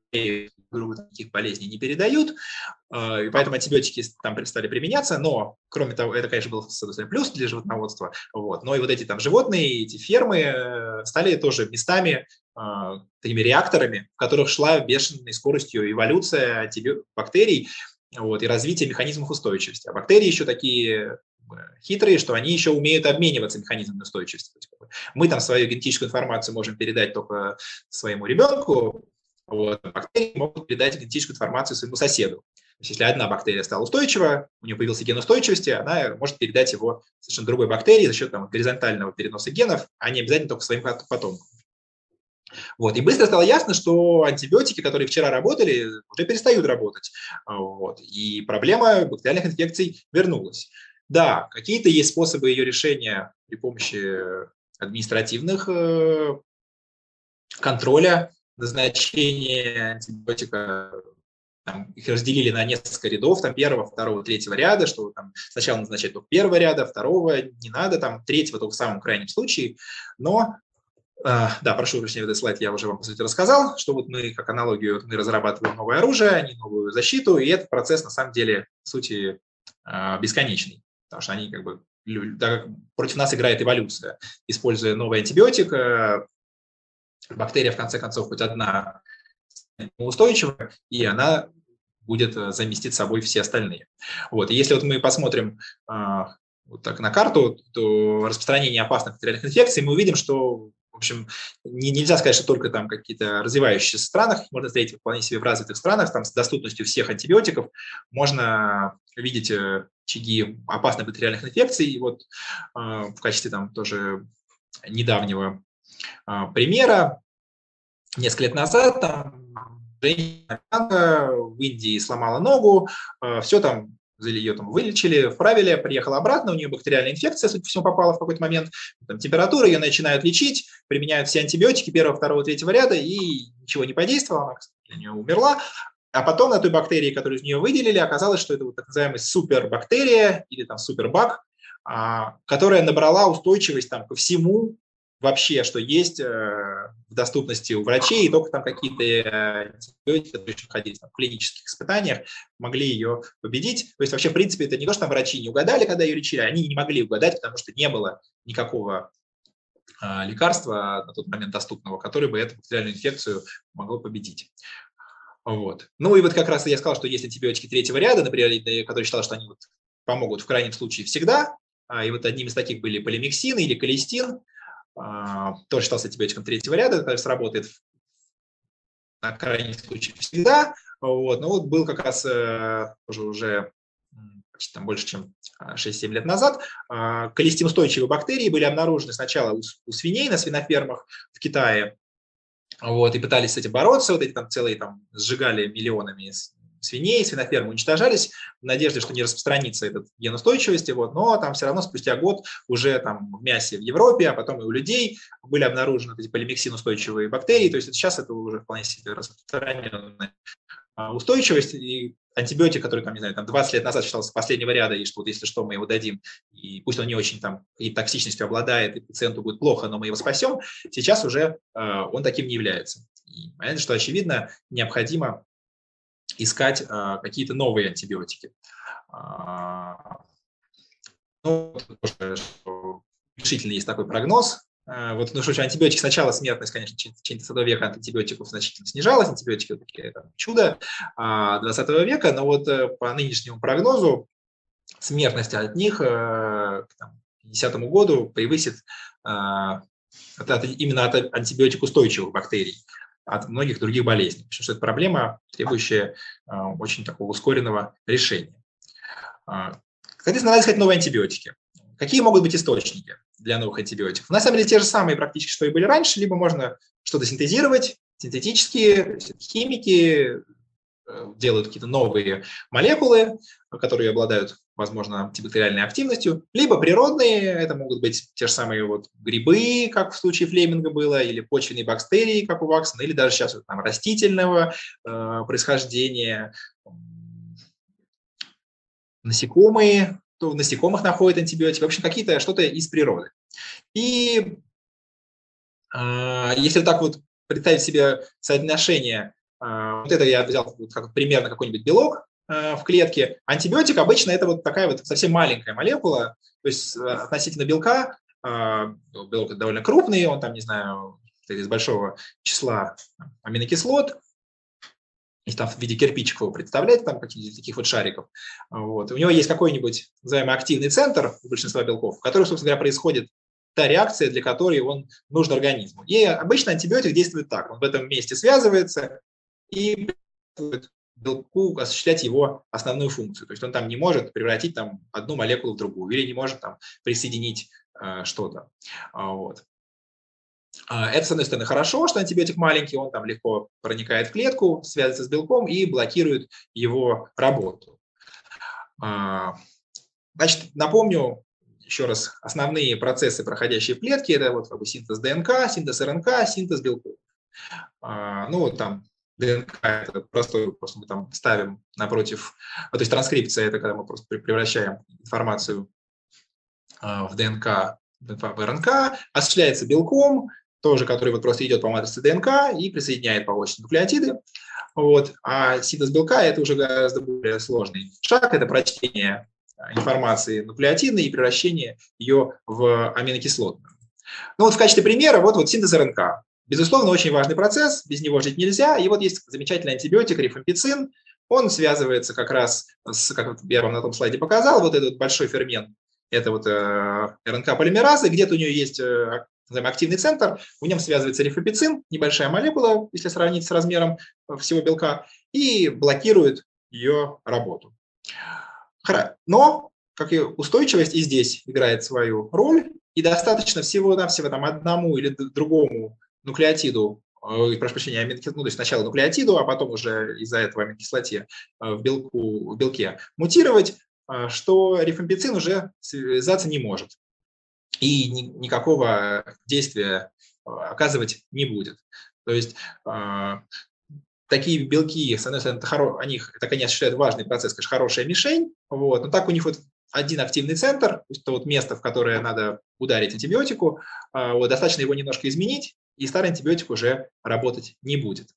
B: таких болезней не передают, и поэтому антибиотики там стали применяться, но, кроме того, это, конечно, был, с одной стороны, плюс для животноводства, вот, но и вот эти там животные, эти фермы стали тоже местами, такими реакторами, в которых шла бешеной скоростью эволюция бактерий, вот, и развитие механизмов устойчивости. А бактерии еще такие хитрые, что они еще умеют обмениваться механизмами устойчивости. Мы там свою генетическую информацию можем передать только своему ребенку, вот. Бактерии могут передать генетическую информацию своему соседу. То есть, если одна бактерия стала устойчива, у нее появился ген устойчивости, она может передать его совершенно другой бактерии за счет там, горизонтального переноса генов, а не обязательно только своим потомкам. Вот. И быстро стало ясно, что антибиотики, которые вчера работали, уже перестают работать. Вот. И проблема бактериальных инфекций вернулась. Да, какие-то есть способы ее решения при помощи административных э, контроля, назначение антибиотика, там, их разделили на несколько рядов, там первого, второго, третьего ряда, что там сначала назначать только первого ряда, второго не надо, там третьего только в самом крайнем случае. Но, э, да, прошу прощения, этот слайд я уже вам, по сути, рассказал, что вот мы, как аналогию, мы разрабатываем новое оружие, а не новую защиту, и этот процесс, на самом деле, в сути, э, бесконечный, потому что они как бы, так как против нас играет эволюция. Используя новый антибиотик, э, бактерия, в конце концов, хоть одна устойчивая, и она будет заместить собой все остальные. Вот. И если вот мы посмотрим а, вот так на карту, то распространение опасных бактериальных инфекций, мы увидим, что, в общем, не, нельзя сказать, что только там какие-то развивающиеся страны, их можно встретить вполне себе в развитых странах, там с доступностью всех антибиотиков можно видеть очаги опасных бактериальных инфекций. И вот а, в качестве там тоже недавнего примера. Несколько лет назад там женщина в Индии сломала ногу, все там, ее там вылечили, вправили, приехала обратно, у нее бактериальная инфекция, судя по всему, попала в какой-то момент, там, температура, ее начинают лечить, применяют все антибиотики первого, второго, третьего ряда, и ничего не подействовало, она, кстати, не умерла. А потом на той бактерии, которую из нее выделили, оказалось, что это вот так называемая супербактерия или там супербак, которая набрала устойчивость там ко всему, вообще, что есть э, в доступности у врачей, и только там какие-то э, антибиотики, которые еще находились там, в клинических испытаниях, могли ее победить. То есть вообще, в принципе, это не то, что там врачи не угадали, когда ее лечили, они не могли угадать, потому что не было никакого э, лекарства на тот момент доступного, которое бы эту бактериальную инфекцию могло победить. Вот. Ну и вот как раз я сказал, что есть антибиотики третьего ряда, например, которые считал, что они вот помогут в крайнем случае всегда. И вот одним из таких были полимиксин или колистин, тоже считался антибиотиком третьего ряда, который сработает на крайний случай всегда. Вот. Но вот был как раз тоже уже почти там больше, чем шесть-семь лет назад, колистин-устойчивые бактерии были обнаружены сначала у, у свиней на свинофермах в Китае, вот, и пытались с этим бороться, вот эти там целые там сжигали миллионами свиней, свинофермы уничтожались в надежде, что не распространится этот ген устойчивости, вот, но там все равно спустя год уже там в мясе в Европе, а потом и у людей были обнаружены эти полимиксин-устойчивые бактерии, то есть сейчас это уже вполне себе распространенная устойчивость, и антибиотик, который, там, не знаю, там двадцать лет назад считался последнего ряда, и что вот если что, мы его дадим, и пусть он не очень там и токсичностью обладает, и пациенту будет плохо, но мы его спасем, сейчас уже э, он таким не является. И понятно, что, очевидно, необходимо искать а, какие-то новые антибиотики. А, ну, тоже, что решительно есть такой прогноз. А, вот, ну, что антибиотики сначала смертность, конечно, в течение двадцатого века от антибиотиков значительно снижалась, антибиотики вот такие там, чудо двадцатого века, но вот по нынешнему прогнозу смертность от них к пятидесятому году превысит от, от, именно от антибиотикоустойчивых бактерий, от многих других болезней. Потому что это проблема, требующая очень такого ускоренного решения. Соответственно, надо искать новые антибиотики. Какие могут быть источники для новых антибиотиков? На самом деле те же самые практически, что и были раньше, либо можно что-то синтезировать, синтетические, химики делают какие-то новые молекулы, которые обладают, возможно, антибактериальной активностью, либо природные, это могут быть те же самые вот грибы, как в случае Флеминга было, или почвенные бактерии, как у Ваксона, или даже сейчас вот там растительного э, происхождения, насекомые, то в насекомых находят антибиотики, в общем, какие-то что-то из природы. И э, если так вот представить себе соотношение, э, вот это я взял вот как примерно какой-нибудь белок э, в клетке, антибиотик обычно это вот такая вот совсем маленькая молекула, то есть относительно белка, э, белок это довольно крупный, он там, не знаю, из большого числа аминокислот, если там в виде кирпичиков его представлять, там каких-нибудь таких вот шариков. Вот. У него есть какой-нибудь взаимоактивный центр у большинства белков, в котором, собственно говоря, происходит та реакция, для которой он нужен организму. И обычно антибиотик действует так. Он в этом месте связывается и белку осуществлять его основную функцию. То есть он там не может превратить там, одну молекулу в другую или не может там, присоединить э, что-то. Вот. Это, с одной стороны, хорошо, что антибиотик маленький, он там легко проникает в клетку, связывается с белком и блокирует его работу. Значит, напомню еще раз основные процессы, проходящие в клетке, это вот как бы синтез ДНК, синтез РНК, синтез белков. Ну, вот там ДНК – это простой, просто мы там ставим напротив, то есть транскрипция – это когда мы просто превращаем информацию в ДНК, в РНК, осуществляется белком, тоже, который вот просто идет по матрице ДНК и присоединяет побочные нуклеотиды. Вот. А синтез белка – это уже гораздо более сложный шаг, это прочтение информации нуклеотидной и превращение ее в аминокислотную. Ну вот в качестве примера вот, вот синтез РНК. Безусловно, очень важный процесс, без него жить нельзя. И вот есть замечательный антибиотик рифампицин, он связывается как раз с, как я вам на том слайде показал, вот этот большой фермент, это вот э, РНК-полимеразы, где-то у нее есть э, активный центр, в нем связывается рифампицин, небольшая молекула, если сравнить с размером всего белка, и блокирует ее работу. Но, как и устойчивость, и здесь играет свою роль, и достаточно всего-навсего там одному или другому нуклеотиду, э, прошу прощения, аминокислоту, ну, то есть сначала нуклеотиду, а потом уже из-за этого аминокислоте в, белку, в белке мутировать, что рифампицин уже связаться не может и ни, никакого действия оказывать не будет. То есть э, такие белки, с одной стороны, это хоро... они, это, конечно, осуществляют важный процесс, конечно, хорошая мишень, вот, но так у них вот один активный центр, то есть это вот место, в которое надо ударить антибиотику, э, вот, достаточно его немножко изменить, и старый антибиотик уже работать не будет.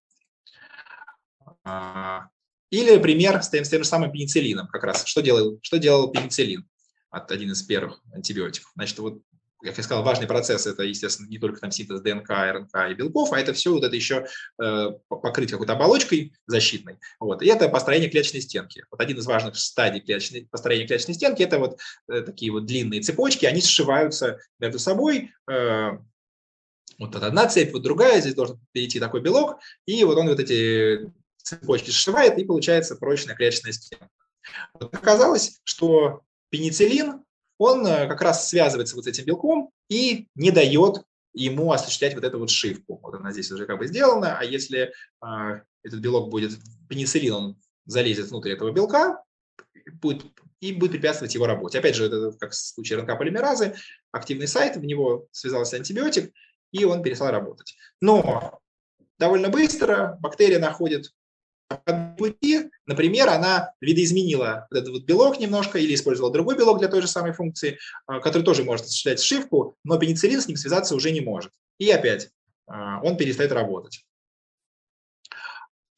B: Или пример с тем, с тем же самым пенициллином как раз. Что делал, что делал пенициллин? От один из первых антибиотиков. Значит, вот, как я сказал, важный процесс – это, естественно, не только там синтез ДНК, РНК и белков, а это все вот это еще э, покрыть какой-то оболочкой защитной. Вот. И это построение клеточной стенки. Вот один из важных стадий клеточной, построения клеточной стенки – это вот э, такие вот длинные цепочки, они сшиваются между собой. Э, вот одна цепь, вот другая, здесь должен перейти такой белок, и вот он вот эти цепочки сшивает, и получается прочная клеточная стенка. Вот оказалось, что пенициллин, он как раз связывается вот с этим белком и не дает ему осуществлять вот эту вот сшивку. Вот она здесь уже как бы сделана, а если э, этот белок будет, пенициллин, он залезет внутрь этого белка будет, и будет препятствовать его работе. Опять же, это как в случае РНК-полимеразы, активный сайт, в него связался антибиотик, и он перестал работать. Но довольно быстро бактерия находит пути, например, она видоизменила вот этот вот белок немножко или использовала другой белок для той же самой функции, который тоже может осуществлять сшивку, но пенициллин с ним связаться уже не может. И опять он перестает работать.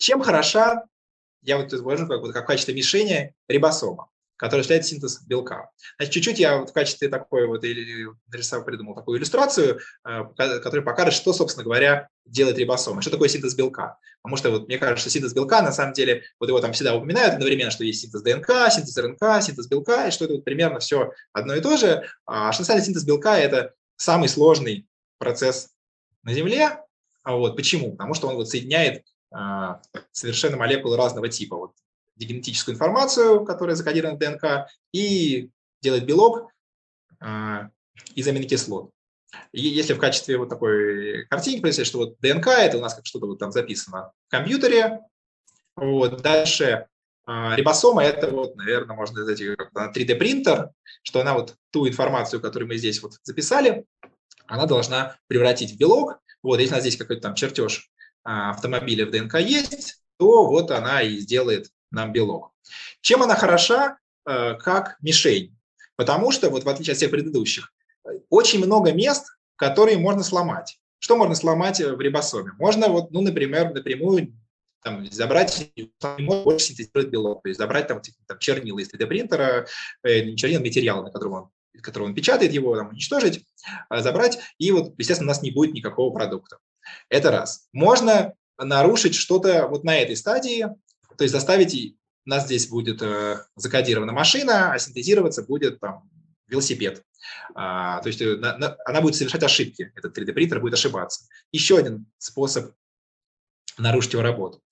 B: Чем хороша, я вот изложу как, вот, как в качестве мишени, рибосома, которая осуществляет синтез белка. Значит, чуть-чуть я вот в качестве такой вот нарисовал, придумал такую иллюстрацию, которая покажет, что, собственно говоря, делает рибосома. Что такое синтез белка? Потому что вот мне кажется, что синтез белка, на самом деле, вот его там всегда упоминают одновременно, что есть синтез ДНК, синтез РНК, синтез белка, и что это вот примерно все одно и то же. А что на самом деле синтез белка – это самый сложный процесс на Земле. А вот почему? Потому что он вот соединяет а, совершенно молекулы разного типа. Вот генетическую информацию, которая закодирована в ДНК, и делает белок а, из аминокислот. И если в качестве вот такой картинки представить, что вот ДНК – это у нас как что-то вот там записано в компьютере, вот, дальше а, рибосома – это вот, наверное, можно сказать, как три дэ принтер, что она вот ту информацию, которую мы здесь вот записали, она должна превратить в белок. Вот, если у нас здесь какой-то там чертеж а, автомобиля в ДНК есть, то вот она и сделает нам белок. Чем она хороша, э, как мишень? Потому что, вот в отличие от всех предыдущих, очень много мест, которые можно сломать. Что можно сломать в рибосоме? Можно, вот, ну, например, напрямую там, забрать, больше синтезировать белок, то есть забрать там, там, чернила из три дэ принтера, э, не чернила, материала, на котором он, который он печатает его, там, уничтожить, забрать, и вот, естественно, у нас не будет никакого продукта. Это раз. Можно нарушить что-то вот на этой стадии, то есть заставить, у нас здесь будет э, закодирована машина, а синтезироваться будет там велосипед. А, то есть на, на, она будет совершать ошибки, этот три дэ принтер будет ошибаться. Еще один способ нарушить его работу.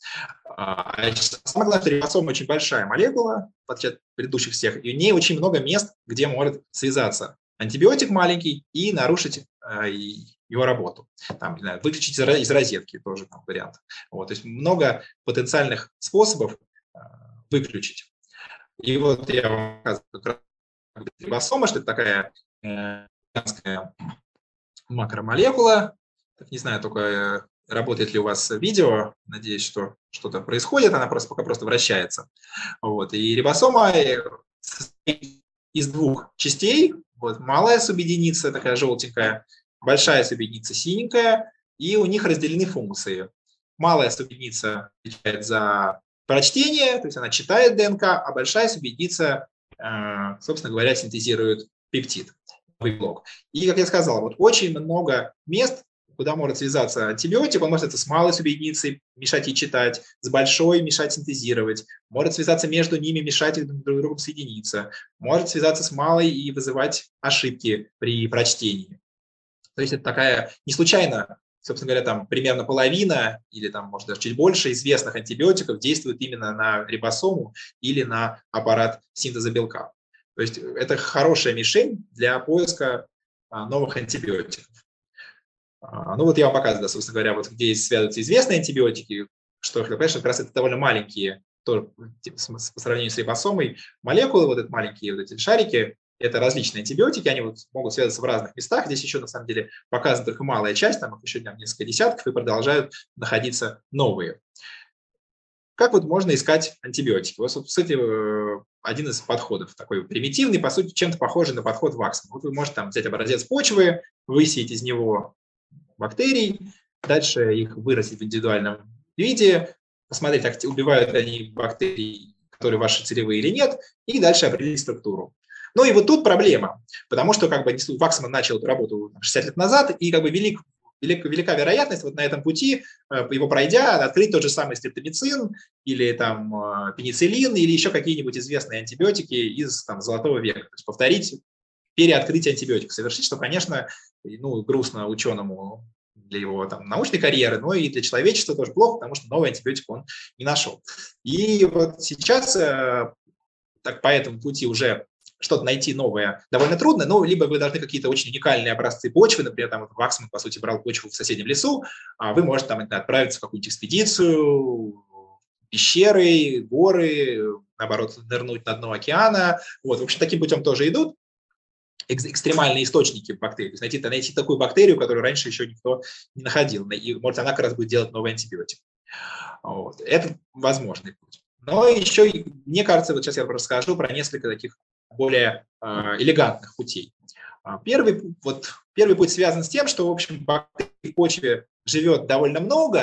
B: А, самое главное, что рибосома очень большая молекула, в отличие от предыдущих всех, и у нее очень много мест, где может связаться антибиотик маленький и нарушить э, его работу. Там, не знаю, выключить из розетки тоже там вариант. Вот, то есть много потенциальных способов э, выключить. И вот я вам показываю рибосома, что это такая э, макромолекула. Так, не знаю, только э, работает ли у вас видео. Надеюсь, что что-то происходит. Она просто пока просто вращается. Вот. И рибосома состоит из двух частей. Вот, малая субъединица, такая желтенькая, большая субъединица синенькая, и у них разделены функции. Малая субъединица отвечает за прочтение, то есть она читает ДНК, а большая субъединица, собственно говоря, синтезирует пептид, белок. И, как я сказал, вот очень много мест, куда может связаться антибиотик, он может это с малой субъединицей мешать и читать, с большой мешать синтезировать, может связаться между ними, мешать их друг другу соединиться, может связаться с малой и вызывать ошибки при прочтении. То есть это такая, не случайно, собственно говоря, там примерно половина или там, может, даже чуть больше известных антибиотиков действует именно на рибосому или на аппарат синтеза белка. То есть это хорошая мишень для поиска новых антибиотиков. Ну вот я вам показываю, собственно говоря, вот где связываются известные антибиотики, что, конечно, как раз это довольно маленькие, то, по сравнению с рибосомой, молекулы, вот эти маленькие вот эти шарики, это различные антибиотики, они вот могут связываться в разных местах. Здесь еще, на самом деле, показана только малая часть, там их еще там, несколько десятков, и продолжают находиться новые. Как вот можно искать антибиотики? Вот, кстати, один из подходов, такой примитивный, по сути, чем-то похожий на подход Ваксман. Вот вы можете там взять образец почвы, высеять из него бактерий, дальше их вырастить в индивидуальном виде, посмотреть, как убивают они бактерии, которые ваши целевые или нет, и дальше определить структуру. Ну и вот тут проблема, потому что как бы Ваксман начал эту работу шестьдесят лет назад, и как бы велик, велик, велика вероятность вот на этом пути, его пройдя, открыть тот же самый стрептомицин или там пенициллин или еще какие-нибудь известные антибиотики из там, Золотого века. То есть повторить переоткрытие антибиотиков совершить, что, конечно, ну, грустно ученому для его там, научной карьеры, но и для человечества тоже плохо, потому что новый антибиотик он не нашел. И вот сейчас э, так, по этому пути уже что-то найти новое довольно трудно, но либо вы должны какие-то очень уникальные образцы почвы, например, там Ваксман, по сути, брал почву в соседнем лесу, а вы можете там отправиться в какую-нибудь экспедицию, пещеры, горы, наоборот, нырнуть на дно океана. Вот, в общем, таким путем тоже идут экстремальные источники бактерий. То есть найти, найти такую бактерию, которую раньше еще никто не находил. И, может, она как раз будет делать новый антибиотик. Вот. Это возможный путь. Но еще, мне кажется, вот сейчас я расскажу про несколько таких более э, элегантных путей. Первый, вот, первый путь связан с тем, что, в общем, бактерий в почве живет довольно много,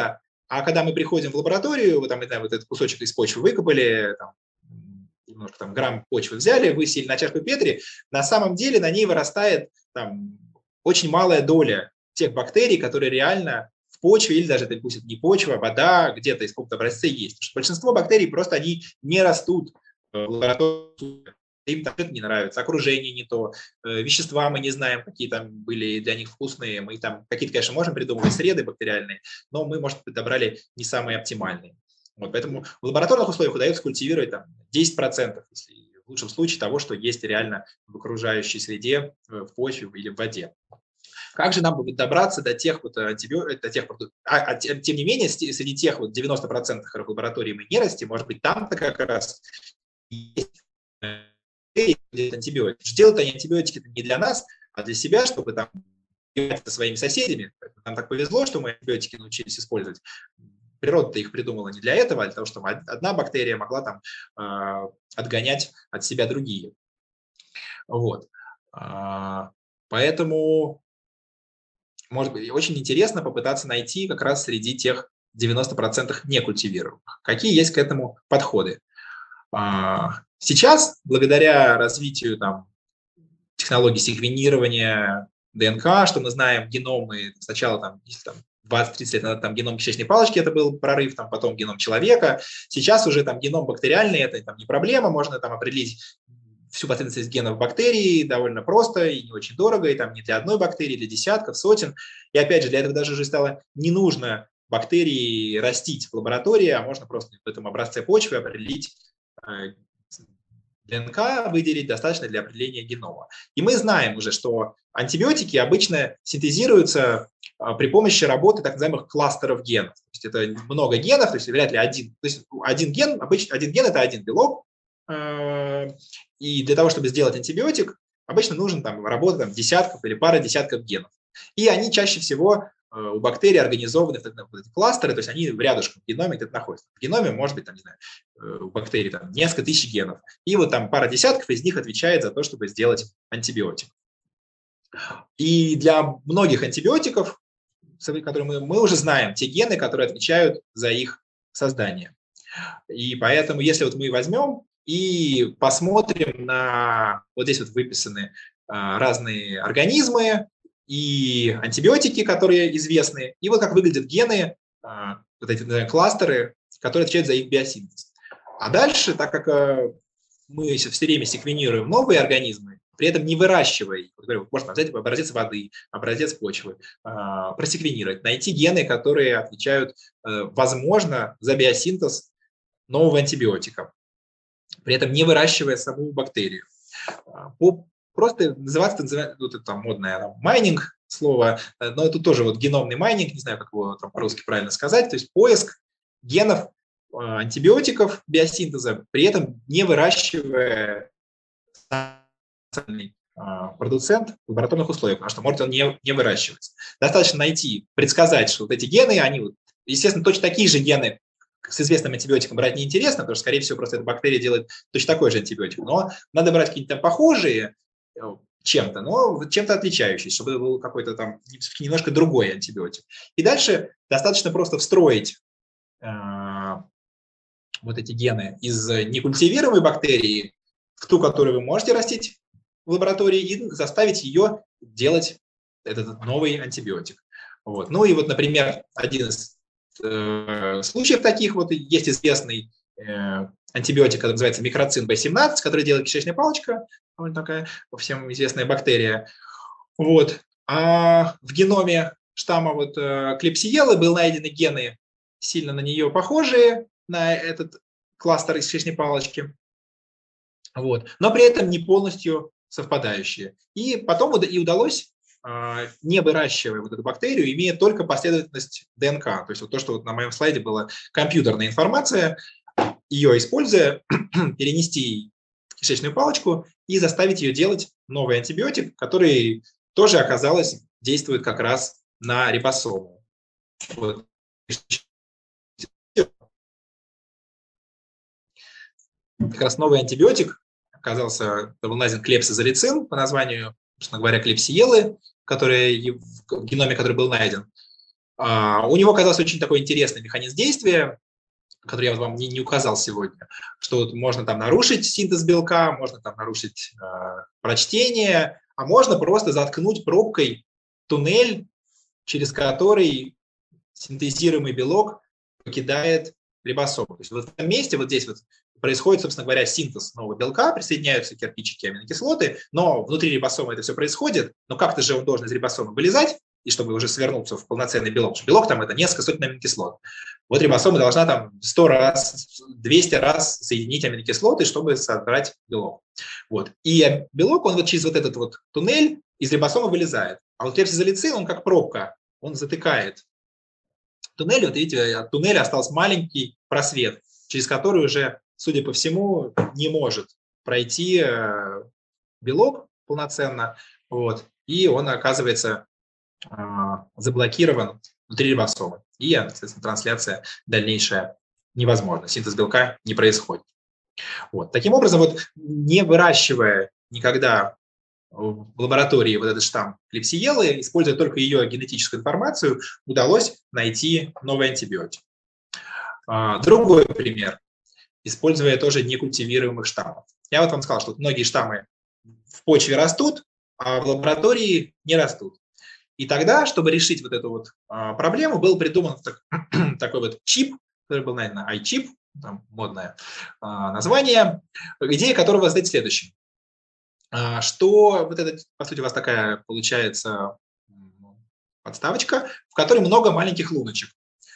B: А когда мы приходим в лабораторию, вот, там, вот этот кусочек из почвы выкопали, там, немножко там грамм почвы взяли, высели на чашку Петри, на самом деле на ней вырастает там очень малая доля тех бактерий, которые реально в почве, или даже это пусть это не почва, а вода, где-то из какого-то образца есть. Потому что большинство бактерий просто они не растут в лаборатории, им там это не нравится, окружение не то, вещества мы не знаем, какие там были для них вкусные, мы там какие-то, конечно, можем придумывать среды бактериальные, но мы, может, подобрали не самые оптимальные. Вот, поэтому в лабораторных условиях удается культивировать там, десять процентов, если в лучшем случае, того, что есть реально в окружающей среде, в почве или в воде. Как же нам будет добраться до тех вот антибиотиков, до тех, а, а, тем не менее, среди тех вот девяноста процентов в лаборатории мы не растем, может быть, там-то как раз есть антибиотики. Делают они антибиотики не для нас, а для себя, чтобы там со своими соседями. Нам так повезло, что мы антибиотики научились использовать. Природа-то их придумала не для этого, а для того, чтобы одна бактерия могла там э, отгонять от себя другие. Вот. А, поэтому, может быть, очень интересно попытаться найти как раз среди тех девяноста процентов некультивируемых. Какие есть к этому подходы? А, сейчас, благодаря развитию там, технологий секвенирования ДНК, что мы знаем геномы, сначала там, если там двадцать-тридцать лет назад там геном кишечной палочки, это был прорыв, там, потом геном человека. Сейчас уже там геном бактериальный, это там, не проблема, можно там определить всю последовательность генов бактерий довольно просто и не очень дорого, и там не для одной бактерии, для десятков, сотен. И опять же, для этого даже уже стало не нужно бактерии растить в лаборатории, а можно просто в этом образце почвы определить ДНК, выделить достаточно для определения генома. И мы знаем уже, что антибиотики обычно синтезируются при помощи работы так называемых кластеров генов. То есть это много генов, то есть вряд ли один. То есть один ген, обычно один ген – это один белок. И для того, чтобы сделать антибиотик, обычно нужен там работа там, десятков или пара десятков генов. И они чаще всего у бактерий организованы в эти кластеры, то есть они в рядышком в геноме где-то находятся. В геноме может быть, там, не знаю, у бактерий там, несколько тысяч генов. И вот там пара десятков из них отвечает за то, чтобы сделать антибиотик. И для многих антибиотиков, которые мы, мы уже знаем, те гены, которые отвечают за их создание. И поэтому, если вот мы возьмем и посмотрим на... Вот здесь вот выписаны а, разные организмы и антибиотики, которые известны, и вот как выглядят гены, а, вот эти например, кластеры, которые отвечают за их биосинтез. А дальше, так как а, мы все время секвенируем новые организмы, при этом не выращивая их, вот, можно взять образец воды, образец почвы, а, просеквенировать, найти гены, которые отвечают, а, возможно, за биосинтез нового антибиотика, при этом не выращивая саму бактерию. По, просто называется, называется вот это там модное там, майнинг слово, но это тоже вот геномный майнинг, не знаю, как его там по-русски правильно сказать, то есть поиск генов антибиотиков биосинтеза, при этом не выращивая продуцент в лабораторных условиях, потому что может он не, не выращивается. Достаточно найти, предсказать, что вот эти гены, они, естественно, точно такие же гены, с известным антибиотиком брать неинтересно, потому что, скорее всего, просто эта бактерия делает точно такой же антибиотик. Но надо брать какие-то там похожие чем-то, но чем-то отличающиеся, чтобы это был какой-то там немножко другой антибиотик. И дальше достаточно просто встроить э, вот эти гены из некультивируемой бактерии в ту, которую вы можете растить в лаборатории, и заставить ее делать этот новый антибиотик. Вот. Ну и вот, например, один из случаев таких вот есть известный э, антибиотик, который называется микроцин бэ семнадцать, который делает кишечная палочка, вот такая всем известная бактерия. Вот. А в геноме штамма вот, э, клепсиелы был найдены гены, сильно на нее похожие, на этот кластер из кишечной палочки, вот. Но при этом не полностью совпадающие. И потом и удалось, не выращивая вот эту бактерию, имея только последовательность ДНК. То есть вот то, что вот на моем слайде была компьютерная информация, ее используя, перенести в кишечную палочку и заставить ее делать новый антибиотик, который тоже, оказалось, действует как раз на рибосому. Вот. Как раз новый антибиотик оказался, был найден клепсизолицин по названию, собственно говоря, клепсиелы, которые, в геноме, который был найден. У него оказался очень такой интересный механизм действия, который я вам не, не указал сегодня, что вот можно там нарушить синтез белка, можно там нарушить э, прочтение, а можно просто заткнуть пробкой туннель, через который синтезируемый белок покидает рибосому. То есть вот в этом месте, вот здесь вот происходит, собственно говоря, синтез нового белка, присоединяются кирпичики аминокислоты, но внутри рибосомы это все происходит, но как-то же он должен из рибосомы вылезать, и чтобы уже свернуться в полноценный белок. Потому что белок там это несколько сотен аминокислот. Вот рибосома должна там сто раз, двести раз соединить аминокислоты, чтобы собрать белок. Вот. И белок, он вот через вот этот вот туннель из рибосомы вылезает. А вот трипсизолицин, он как пробка, он затыкает туннель. Вот видите, от туннеля остался маленький просвет, через который уже, судя по всему, не может пройти белок полноценно. Вот. И он оказывается заблокирован внутри рибосомы. И, соответственно, трансляция дальнейшая невозможна. Синтез белка не происходит. Вот. Таким образом, вот, не выращивая никогда в лаборатории вот этот штамм клепсиеллы, используя только ее генетическую информацию, удалось найти новый антибиотик. Другой пример. Используя тоже некультивируемых штаммов. Я вот вам сказал, что многие штаммы в почве растут, а в лаборатории не растут. И тогда, чтобы решить вот эту вот а, проблему, был придуман так, такой вот чип, который был, наверное, iChip, там модное а, название, идея которого состоит в следующем. А, что вот это, по сути, у вас такая получается подставочка, в которой много маленьких луночек.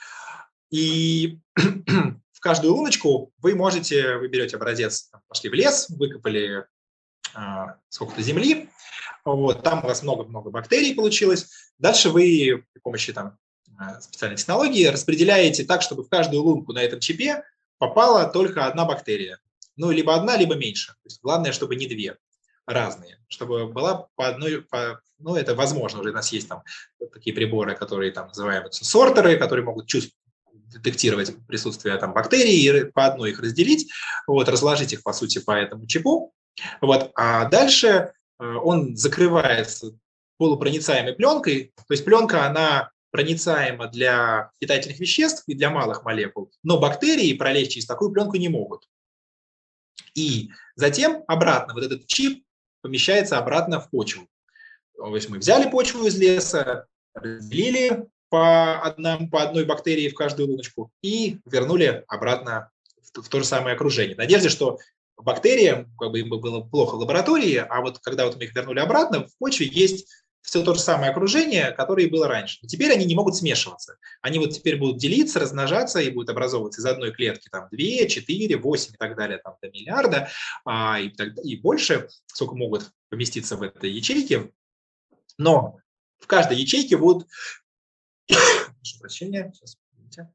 B: И в каждую луночку вы можете, вы берете образец, пошли в лес, выкопали а, сколько-то земли, вот, там у вас много-много бактерий получилось. Дальше вы при помощи там, специальной технологии распределяете так, чтобы в каждую лунку на этом чипе попала только одна бактерия. Ну, либо одна, либо меньше. То есть, главное, чтобы не две разные, чтобы была по одной, по, ну, это возможно, уже у нас есть там такие приборы, которые там называются сортеры, которые могут чувствовать, детектировать присутствие там бактерий и по одной их разделить, вот, разложить их, по сути, по этому чипу. Вот, а дальше он закрывается полупроницаемой пленкой, то есть пленка, она проницаема для питательных веществ и для малых молекул, но бактерии пролезть через такую пленку не могут. И затем обратно вот этот чип помещается обратно в почву. То есть мы взяли почву из леса, разделили по, одному, по одной бактерии в каждую луночку и вернули обратно в, в то же самое окружение. В надежде, что бактериям как бы им было плохо в лаборатории, а вот когда вот мы их вернули обратно, в почве есть все то же самое окружение, которое и было раньше. Но теперь они не могут смешиваться. Они вот теперь будут делиться, размножаться и будут образовываться из одной клетки там две, четыре, восемь и так далее, там до миллиарда а, и, и больше, сколько могут поместиться в этой ячейке. Но в каждой ячейке будут... Прошу прощения, сейчас, извините.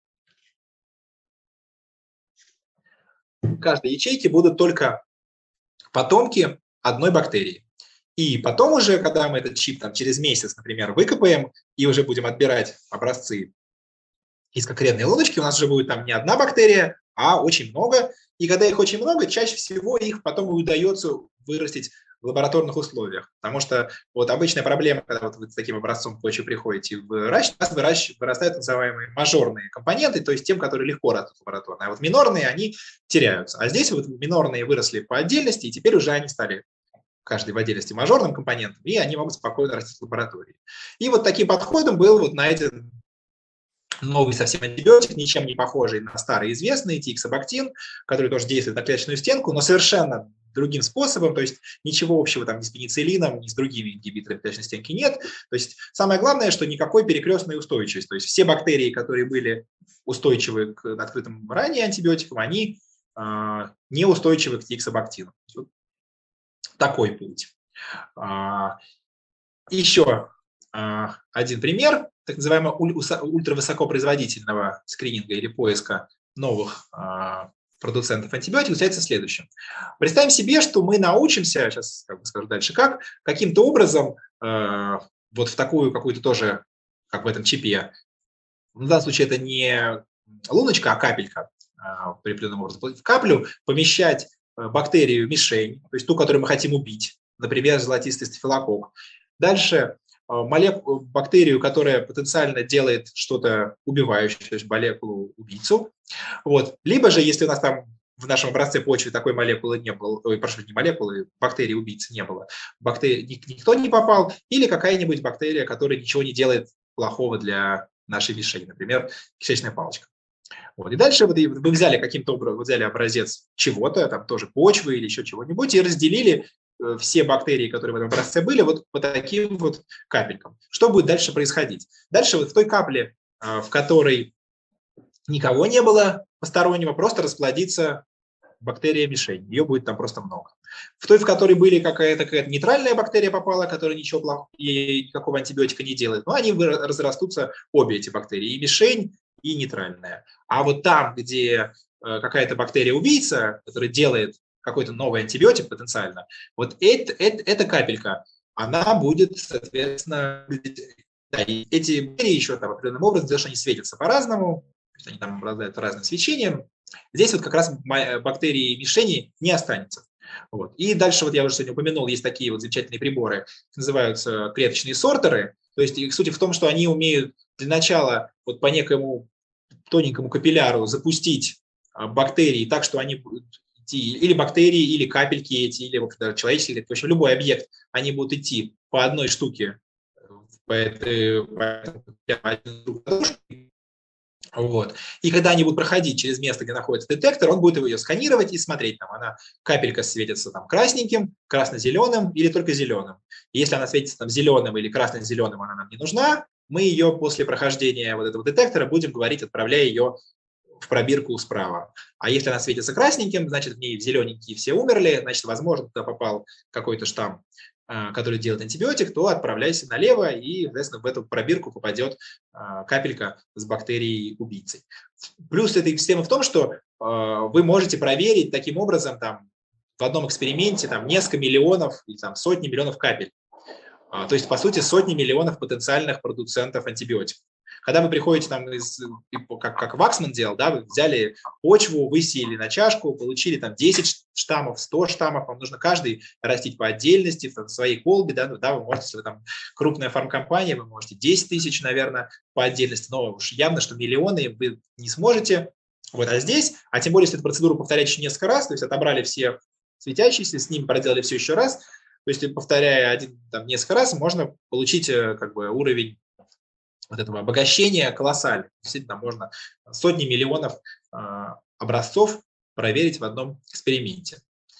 B: В каждой ячейке будут только потомки одной бактерии. И потом уже, когда мы этот чип там, через месяц, например, выкопаем и уже будем отбирать образцы из конкретной луночки, у нас уже будет там не одна бактерия, а очень много. И когда их очень много, чаще всего их потом и удается вырастить в лабораторных условиях. Потому что вот обычная проблема, когда вот вы с таким образцом почвы приходите выращивать, у нас выращивают, вырастают так называемые мажорные компоненты, то есть тем, которые легко растут лабораторно. А вот минорные, они теряются. А здесь вот минорные выросли по отдельности, и теперь уже они стали каждый в отдельности мажорным компонентом, и они могут спокойно расти в лаборатории. И вот таким подходом был вот найден новый совсем антибиотик, ничем не похожий на старый известный тиоксабактин, который тоже действует на клеточную стенку, но совершенно другим способом, то есть ничего общего там ни с пенициллином, ни с другими ингибиторами клеточной стенки нет. То есть самое главное, что никакой перекрестной устойчивости. То есть все бактерии, которые были устойчивы к открытым ранее антибиотикам, они э, неустойчивы к тиоксабактину. Вот такой путь. А, еще а, один пример так называемого ультравысокопроизводительного скрининга или поиска новых а, продуцентов антибиотиков является следующим. Представим себе, что мы научимся, сейчас как бы скажу дальше как, каким-то образом а, вот в такую какую-то тоже, как в этом чипе, в данном случае это не луночка, а капелька, а, при определенном образом, в каплю помещать бактерию мишень, то есть ту, которую мы хотим убить, например, золотистый стафилококк. Дальше молекулу, бактерию, которая потенциально делает что-то убивающее, то есть молекулу-убийцу. Вот. Либо же, если у нас там в нашем образце почвы такой молекулы не было, ой, прошу, не молекулы, бактерии-убийцы не было, бактери... никто не попал, или какая-нибудь бактерия, которая ничего не делает плохого для нашей мишени, например, кишечная палочка. Вот. И дальше вот вы взяли каким-то образом, взяли образец чего-то, там тоже почвы или еще чего-нибудь, и разделили все бактерии, которые в этом образце были, вот по таким вот капелькам. Что будет дальше происходить? Дальше вот в той капле, в которой никого не было постороннего, просто расплодится бактерия-мишень. Ее будет там просто много. В той, в которой были какая-то какая нейтральная бактерия попала, которая ничего плохого, и никакого антибиотика не делает, но они разрастутся, обе эти бактерии, и мишень, и нейтральная. А вот там, где какая-то бактерия-убийца, которая делает какой-то новый антибиотик потенциально, вот это, это, эта капелька, она будет, соответственно, да, и эти бактерии еще там определенным образом, потому что они светятся по-разному, они там обладают разным свечением, здесь вот как раз бактерии мишени не останется. Вот. И дальше, вот я уже сегодня упомянул, есть такие вот замечательные приборы, называются клеточные сортеры, то есть их суть в том, что они умеют для начала вот по некому тоненькому капилляру запустить бактерии так, что они будут идти, или бактерии, или капельки эти, или в общем, человеческие, в общем, любой объект, они будут идти по одной штуке, по этой, по этой вот. И когда они будут проходить через место, где находится детектор, он будет ее сканировать и смотреть, там она, капелька светится там красненьким, красно-зеленым или только зеленым. И если она светится там зеленым или красно-зеленым, она нам не нужна, мы ее после прохождения вот этого детектора будем говорить, отправляя ее в пробирку справа. А если она светится красненьким, значит, в ней зелененькие все умерли, значит, возможно, туда попал какой-то штамм, который делает антибиотик, то отправляйся налево, и, соответственно, в эту пробирку попадет капелька с бактерией-убийцей. Плюс этой системы в том, что вы можете проверить таким образом там, в одном эксперименте там, несколько миллионов или там, сотни миллионов капель. То есть, по сути, сотни миллионов потенциальных продуцентов антибиотиков. Когда вы приходите, там, из, как, как Ваксман делал, да, вы взяли почву, высеяли на чашку, получили там десять штаммов, сто штаммов, вам нужно каждый растить по отдельности в своей колбе, да, да, вы можете, если вы там крупная фармкомпания, вы можете десять тысяч, наверное, по отдельности, но уж явно, что миллионы вы не сможете. Вот, а здесь, а тем более, если эту процедуру повторять еще несколько раз, то есть отобрали все светящиеся, с ними проделали все еще раз, то есть повторяя один, там, несколько раз, можно получить как бы уровень вот этого обогащения колоссальный. Действительно, можно сотни миллионов э, образцов проверить в одном эксперименте.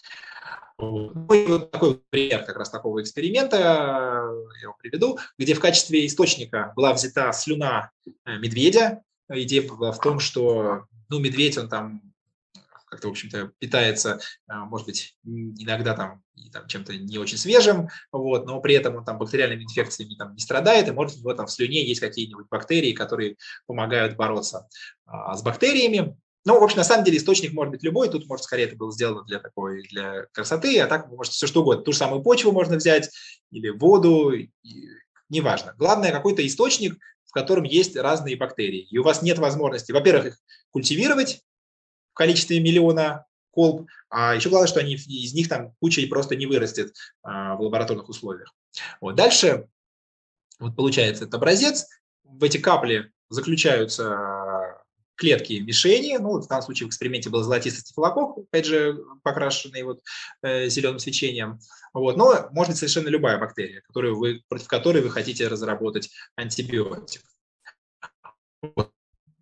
B: Ну, и вот такой пример как раз такого эксперимента, я его приведу, где в качестве источника была взята слюна медведя. Идея была в том, что ну, медведь, он там как-то, в общем-то, питается, может быть, иногда там, там чем-то не очень свежим, вот, но при этом он там бактериальными инфекциями там не страдает, и, может, у него там в слюне есть какие-нибудь бактерии, которые помогают бороться а, с бактериями. Ну, в общем, на самом деле источник может быть любой, тут, может, скорее это было сделано для такой, для красоты, а так, вы можете все что угодно. Ту же самую почву можно взять, или воду, и, неважно. Главное, какой-то источник, в котором есть разные бактерии. И у вас нет возможности, во-первых, их культивировать в количестве миллиона колб, а еще главное, что они, из них там куча и просто не вырастет а, в лабораторных условиях. Вот. Дальше вот получается этот образец. В эти капли заключаются клетки мишени, ну, в данном случае в эксперименте был золотистый стафилококк, опять же, покрашенный вот, э, зеленым свечением. Вот. Но может быть совершенно любая бактерия, которую вы, против которой вы хотите разработать антибиотик. Вот.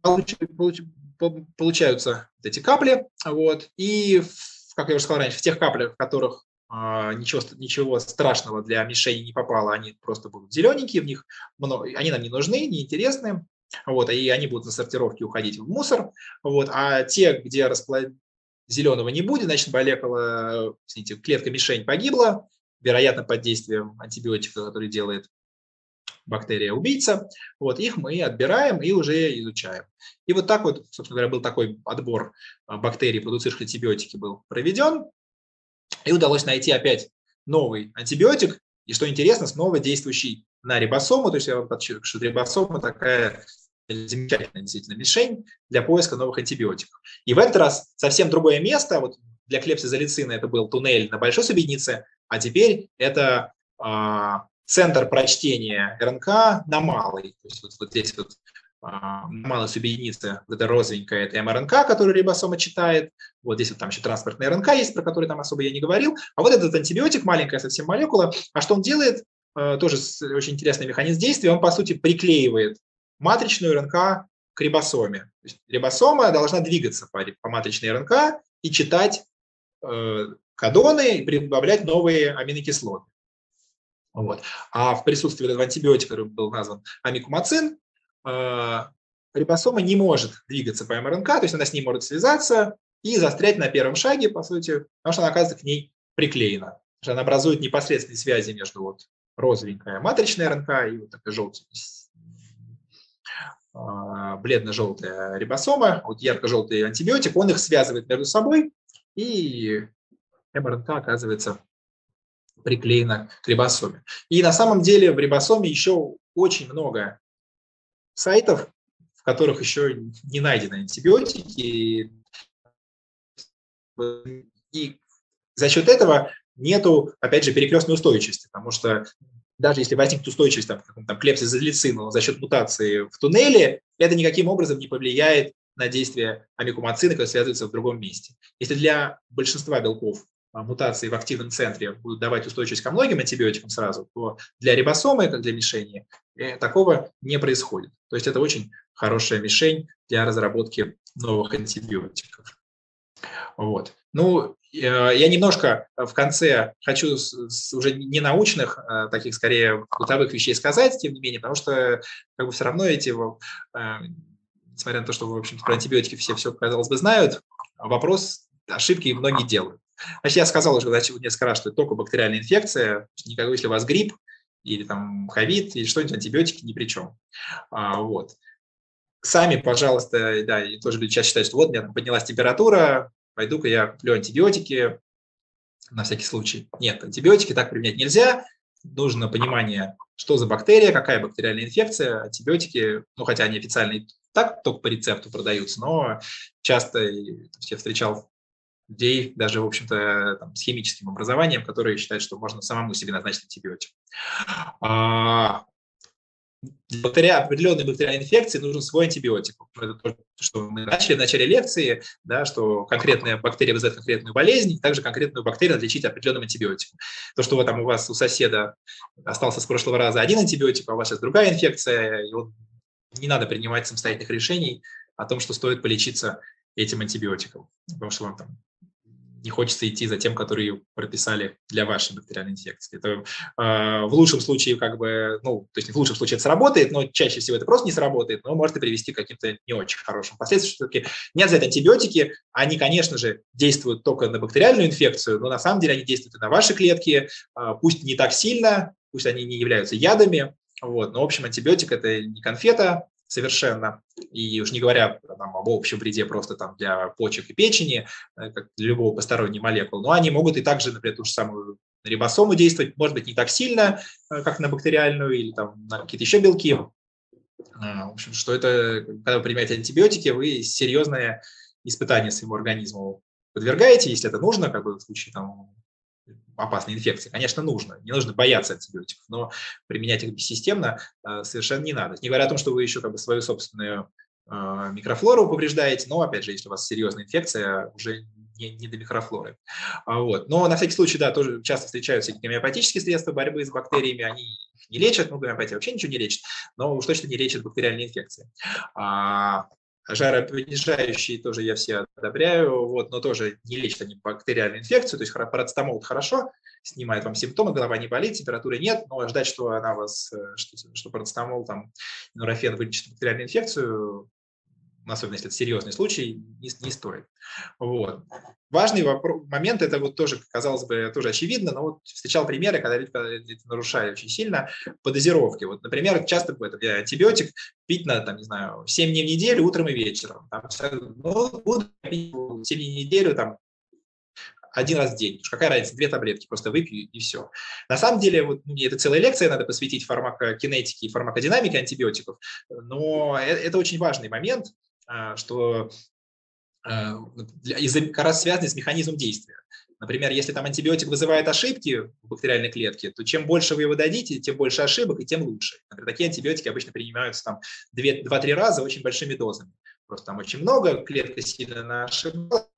B: Получаются вот эти капли, вот, и, как я уже сказал раньше, в тех каплях, в которых э, ничего, ничего страшного для мишени не попало, они просто будут зелененькие, в них много, они нам не нужны, не интересны, вот, и они будут на сортировке уходить в мусор, вот, а те, где расплод... зеленого не будет, значит, молекула, извините, клетка-мишень погибла, вероятно, под действием антибиотика, который делает бактерия-убийца, вот, их мы отбираем и уже изучаем. И вот так вот, собственно говоря, был такой отбор бактерий, продуцирующих антибиотики, был проведен, и удалось найти опять новый антибиотик, и, что интересно, снова действующий на рибосому, то есть я вам подчеркну, что рибосома такая замечательная действительно мишень для поиска новых антибиотиков. И в этот раз совсем другое место, вот для клепсизолицина это был туннель на большой субеднице, а теперь это центр прочтения РНК на малый. То есть вот, вот здесь вот на малой субъединице вот эта розовенькая, это МРНК, которую рибосома читает. Вот здесь вот там еще транспортная РНК есть, про которую там особо я не говорил. А вот этот антибиотик, маленькая совсем молекула, а что он делает? Тоже очень интересный механизм действия. Он, по сути, приклеивает матричную РНК к рибосоме. То есть рибосома должна двигаться по, по матричной РНК и читать э, кодоны и прибавлять новые аминокислоты. Вот. А в присутствии этого антибиотика, который был назван амикумацин, э, рибосома не может двигаться по МРНК, то есть она с ней может связаться и застрять на первом шаге, по сути, потому что она оказывается к ней приклеена. Потому что она образует непосредственные связи между вот розовенькая матричная РНК и вот такая желтая, бледно-желтая рибосома, вот ярко-желтый антибиотик, он их связывает между собой, и МРНК оказывается приклеена к рибосоме. И на самом деле в рибосоме еще очень много сайтов, в которых еще не найдены антибиотики, и за счет этого нету, опять же, перекрестной устойчивости, потому что даже если возникнет устойчивость там, там, клепсизолицину за счет мутации в туннеле, это никаким образом не повлияет на действие амикумацина, который связывается в другом месте. Если для большинства белков мутации в активном центре будут давать устойчивость ко многим антибиотикам сразу, то для рибосомы, как для мишени, такого не происходит. То есть это очень хорошая мишень для разработки новых антибиотиков. Вот. Ну, я немножко в конце хочу уже не научных, таких скорее бытовых вещей сказать, тем не менее, потому что как бы все равно эти, несмотря на то, что, в общем-то, про антибиотики все, все, казалось бы, знают, вопрос, ошибки многие делают. Значит, я сказал уже несколько раз, что это только бактериальная инфекция, никакой, если у вас грипп или там ковид, или что-нибудь, антибиотики ни при чем. А, вот. Сами, пожалуйста, да, и тоже люди часто считают, что вот у меня там поднялась температура, пойду-ка я куплю антибиотики на всякий случай. Нет, антибиотики так применять нельзя. Нужно понимание, что за бактерия, какая бактериальная инфекция. Антибиотики, ну, хотя они официально и так только по рецепту продаются, но часто я встречал людей, даже, в общем-то, там, с химическим образованием, которые считают, что можно самому себе назначить антибиотик. Для бактерия, определенной бактериальной инфекции нужен свой антибиотик. Это то, что мы начали в начале лекции, да, что конкретная бактерия вызывает конкретную болезнь, также конкретную бактерию надо лечить определенным антибиотиком. То, что вот там у вас у соседа остался с прошлого раза один антибиотик, а у вас сейчас другая инфекция, и вот не надо принимать самостоятельных решений о том, что стоит полечиться этим антибиотиком, потому что вам там не хочется идти за тем, который прописали для вашей бактериальной инфекции. Это э, в лучшем случае как бы, ну, то есть в лучшем случае это сработает, но чаще всего это просто не сработает, но может и привести к каким-то не очень хорошим последствиям. Все-таки не взять антибиотики, они, конечно же, действуют только на бактериальную инфекцию, но на самом деле они действуют и на ваши клетки, э, пусть не так сильно, пусть они не являются ядами, вот, но, в общем, антибиотик – это не конфета совершенно, и уж не говоря там, об общем вреде просто там, для почек и печени, как для любого посторонней молекулы, но они могут и также, например, ту же самую рибосому действовать, может быть, не так сильно, как на бактериальную или там, на какие-то еще белки. В общем, что это, когда вы принимаете антибиотики, вы серьезное испытание своему организму подвергаете, если это нужно, как бы в случае там, опасной инфекции, конечно, нужно. Не нужно бояться антибиотиков, но применять их бессистемно э, совершенно не надо. Не говоря о том, что вы еще как бы свою собственную э, микрофлору повреждаете, но, опять же, если у вас серьезная инфекция, уже не, не до микрофлоры. А, вот. Но на всякий случай, да, тоже часто встречаются гомеопатические средства борьбы с бактериями, они их не лечат, ну, гомеопатия вообще ничего не лечит, но уж точно не лечат бактериальные инфекции. А, жаропонижающие тоже я все одобряю, вот, но тоже не лечат они бактериальную инфекцию, то есть парацетамол хорошо, снимает вам симптомы, голова не болит, температуры нет, но ждать, что она вас, что, что парацетамол, там, нурофен вылечит бактериальную инфекцию, особенно если это серьезный случай, не, не стоит. Вот. Важный вопрос, момент, это вот тоже, казалось бы, тоже очевидно, но вот встречал примеры, когда люди это нарушали очень сильно по дозировке. Вот, например, часто бывает, антибиотик пить надо, там, не знаю, семь дней в неделю, утром и вечером. Там, ну, буду пить семь дней в неделю, там, один раз в день. Какая разница, две таблетки, просто выпью и все. На самом деле, вот, это целая лекция, надо посвятить фармакокинетике и фармакодинамике антибиотиков, но это очень важный момент, что из-за, как раз связанный с механизмом действия. Например, если там антибиотик вызывает ошибки в бактериальной клетке, то чем больше вы его дадите, тем больше ошибок и тем лучше. Например, такие антибиотики обычно принимаются там два-три раза очень большими дозами. Просто там очень много, клетка сильно ошибалась,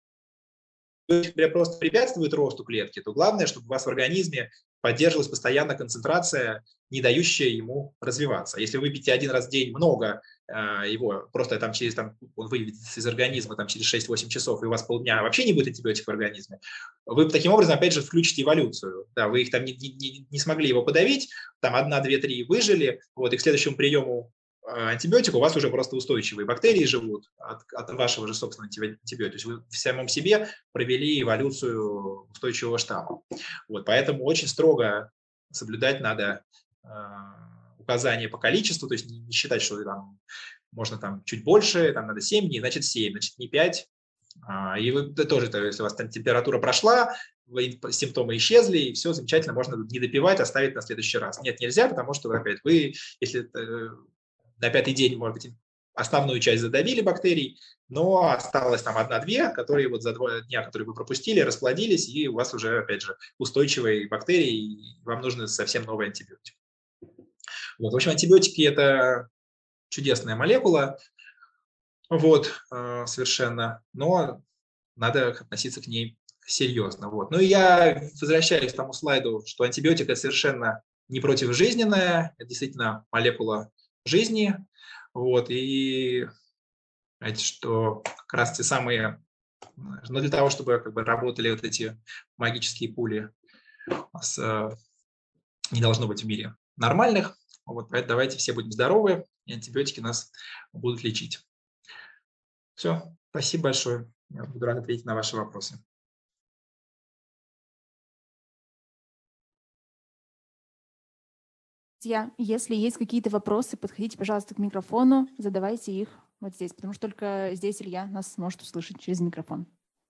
B: просто препятствует росту клетки, то главное, чтобы у вас в организме поддерживалась постоянно концентрация, не дающая ему развиваться. Если вы выпьете один раз в день много его, просто там через, там, он выведется из организма там, через шесть-восемь часов, и у вас полдня вообще не будет антибиотиков в организме, вы таким образом, опять же, включите эволюцию. Да, вы их там не, не, не смогли его подавить, там одна, две, три выжили, вот, и к следующему приему антибиотик у вас уже просто устойчивые бактерии живут от, от вашего же собственного антибиотика. То есть вы в самом себе провели эволюцию устойчивого штамма. Вот, поэтому очень строго соблюдать надо э, указания по количеству, то есть не, не считать, что там можно там чуть больше, там надо семь дней, значит семь, значит не пять. А, и вы да, тоже, если у вас там температура прошла, вы, симптомы исчезли, и все замечательно, можно не допивать, оставить на следующий раз. Нет, нельзя, потому что опять вы, если на пятый день, может быть, основную часть задавили бактерий, но осталось там одна-две, которые вот за два дня, которые вы пропустили, расплодились, и у вас уже, опять же, устойчивые бактерии, и вам нужны совсем новые антибиотики. Вот, в общем, антибиотики – это чудесная молекула, вот, совершенно, но надо относиться к ней серьезно. Вот. Ну и я возвращаюсь к тому слайду, что антибиотик – это совершенно не противожизненная, это действительно молекула жизни, вот, и знаете, что как раз те самые, ну, для того, чтобы как бы работали вот эти магические пули, у нас э, не должно быть в мире нормальных, вот, поэтому давайте все будем здоровы, и антибиотики нас будут лечить. Все, спасибо большое, я буду рад ответить на ваши вопросы.
A: Друзья, если есть какие-то вопросы, подходите, пожалуйста, к микрофону, задавайте их вот здесь, потому что только здесь Илья нас сможет услышать через микрофон.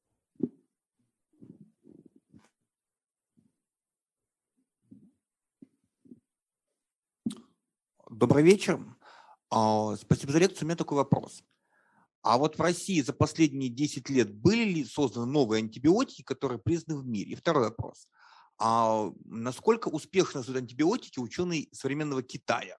C: Добрый вечер. Спасибо за лекцию. У меня такой вопрос. А вот в России за последние десять лет были ли созданы новые антибиотики, которые признаны в мире? И второй вопрос. А насколько успешно создают антибиотики ученые современного Китая?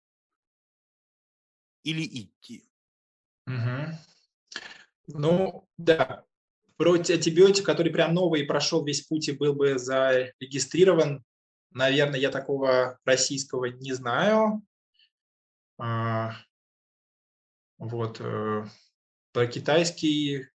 C: Или Индии?
B: Угу. Ну, да. Про антибиотик, который прям новый и прошел весь путь и был бы зарегистрирован, наверное, я такого российского не знаю. А, вот. Про китайский...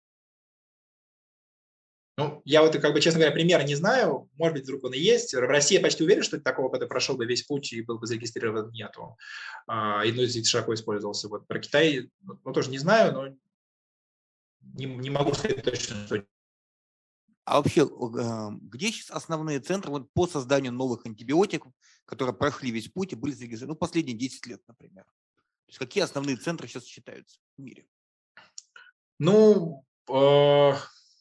B: Ну, я вот, как бы, честно говоря, примера не знаю. Может быть, вдруг он и есть. В России я почти уверен, что такого, когда прошел бы весь путь и был бы зарегистрирован, нету. А, и, ну, здесь широко использовался. Вот про Китай, ну, тоже не знаю, но не, не могу сказать точно, что...
C: А вообще, где сейчас основные центры вот по созданию новых антибиотиков, которые прошли весь путь и были зарегистрированы, ну, последние десять лет, например? То есть какие основные центры сейчас считаются в мире?
B: Ну, э,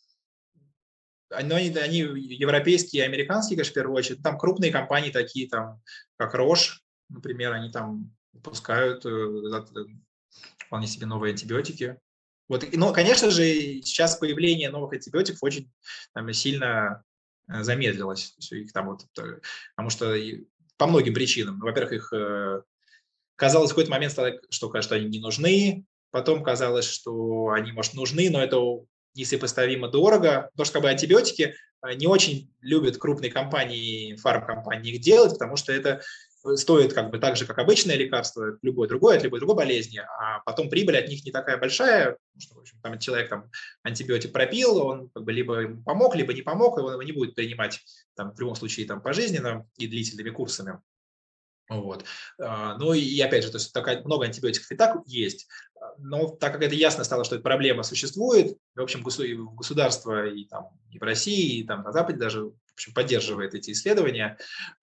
B: они, они европейские и американские, конечно, в первую очередь. Там крупные компании такие, там, как Roche, например, они там выпускают э, вполне себе новые антибиотики. Вот, но, конечно же, сейчас появление новых антибиотиков очень там, сильно замедлилось. Их там вот, потому что по многим причинам. Во-первых, их казалось в какой-то момент, что, что они не нужны, потом казалось, что они, может, нужны, но это несопоставимо дорого, потому что как бы, антибиотики не очень любят крупные компании, фармкомпании их делать, потому что это стоит как бы так же, как обычное лекарство, любое другое, от любой другой болезни, а потом прибыль от них не такая большая, потому что, в общем, там человек там антибиотик пропил, он как бы либо ему помог, либо не помог, и он его не будет принимать там, в любом случае там, пожизненно и длительными курсами. Вот. Ну и опять же, то есть так, много антибиотиков и так есть, но так как это ясно стало, что эта проблема существует, в общем, государство и, там, и в России, и там, на Западе даже в общем, поддерживает эти исследования.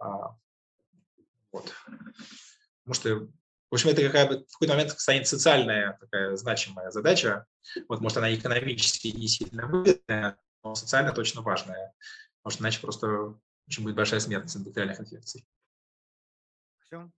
B: Вот. Потому что, в общем, это какая-то в какой-то момент станет социальная такая значимая задача. Вот, может, она экономически не сильно выгодная, но социально точно важная. Потому что иначе просто очень будет большая смертность от бактериальных инфекций.
C: Все.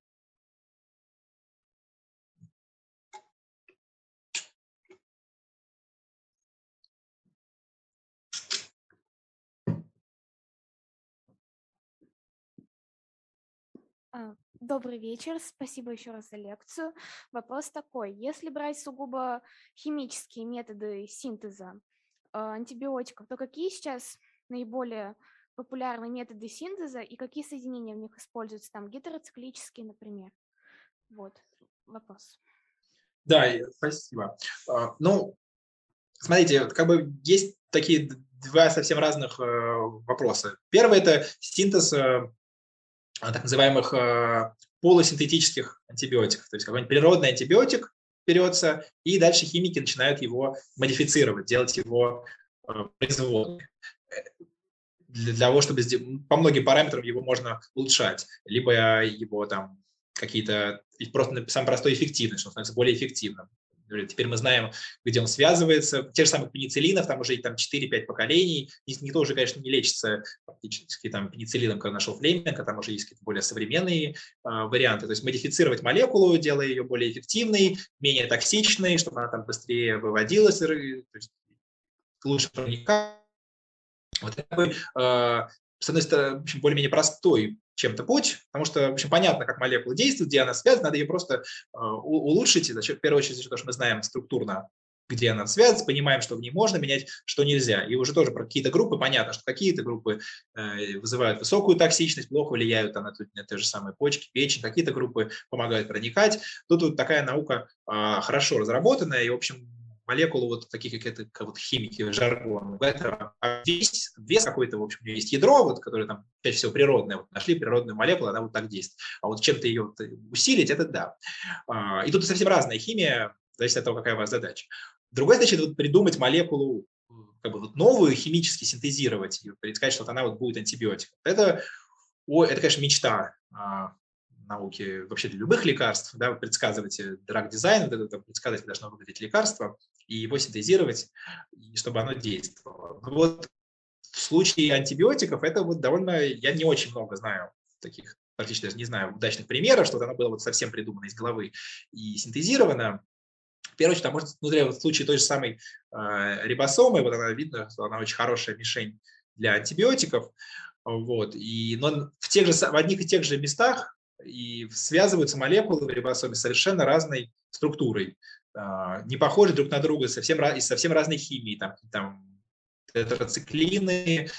D: А, Добрый вечер, спасибо еще раз за лекцию. Вопрос такой: если брать сугубо химические методы синтеза э, антибиотиков, то какие сейчас наиболее популярные методы синтеза и какие соединения в них используются? Там гетероциклические, например. Вот вопрос.
B: Да, и спасибо. А, Ну, смотрите, вот как бы есть такие два совсем разных э, вопроса. Первый – это синтез э, так называемых э, полусинтетических антибиотиков. То есть какой-нибудь природный антибиотик берется, и дальше химики начинают его модифицировать, делать его э, производным. Для того, чтобы по многим параметрам его можно улучшать. Либо его там какие-то, просто самый простой эффективность, что он становится более эффективным. Теперь мы знаем, где он связывается. Те же самые пенициллинов, там уже там четыре-пять поколений. Никто уже, конечно, не лечится фактически там пенициллином, когда нашел Флеминг, там уже есть какие-то более современные э, варианты. То есть модифицировать молекулу, делая ее более эффективной, менее токсичной, чтобы она там быстрее выводилась, то есть лучше проникала. Вот это, э, с одной стороны, в общем, более-менее простой чем-то путь, потому что, в общем, понятно, как молекула действует, где она связана, надо ее просто э, улучшить, за счет, в первую очередь, за счет того, что мы знаем структурно, где она связана, понимаем, что в ней можно менять, что нельзя. И уже тоже про какие-то группы понятно, что какие-то группы э, вызывают высокую токсичность, плохо влияют на, на те же самые почки, печень, какие-то группы помогают проникать. Тут вот такая наука э, хорошо разработанная, и, в общем, молекулу, вот такие, как это, как вот химики, жаргон, это вес, вес какой-то, в общем, у нее есть ядро, вот, которое там, чаще всего, природное. Вот нашли природную молекулу, она вот так действует. А вот чем-то ее вот усилить, это да. И тут совсем разная химия, зависит от того, какая у вас задача. Другая задача – это вот придумать молекулу, как бы вот новую, химически синтезировать, и предсказать, что вот она вот будет антибиотиком. Это, это, конечно, мечта науки вообще для любых лекарств, да, предсказывать драг-дизайн, это, предсказать, как должно выглядеть лекарство, и его синтезировать, чтобы оно действовало. Но вот в случае антибиотиков это вот довольно, я не очень много знаю таких, практически даже не знаю удачных примеров, что оно было вот совсем придумано из головы и синтезировано. В первую очередь, а может, внутри, вот в случае той же самой э, рибосомы, вот она видно, что она очень хорошая мишень для антибиотиков, вот, и, но в, тех же, в одних и тех же местах и связываются молекулы в рибосоме с совершенно разной структурой, не похожи друг на друга, совсем, из совсем разной химии, там, там тетрациклины,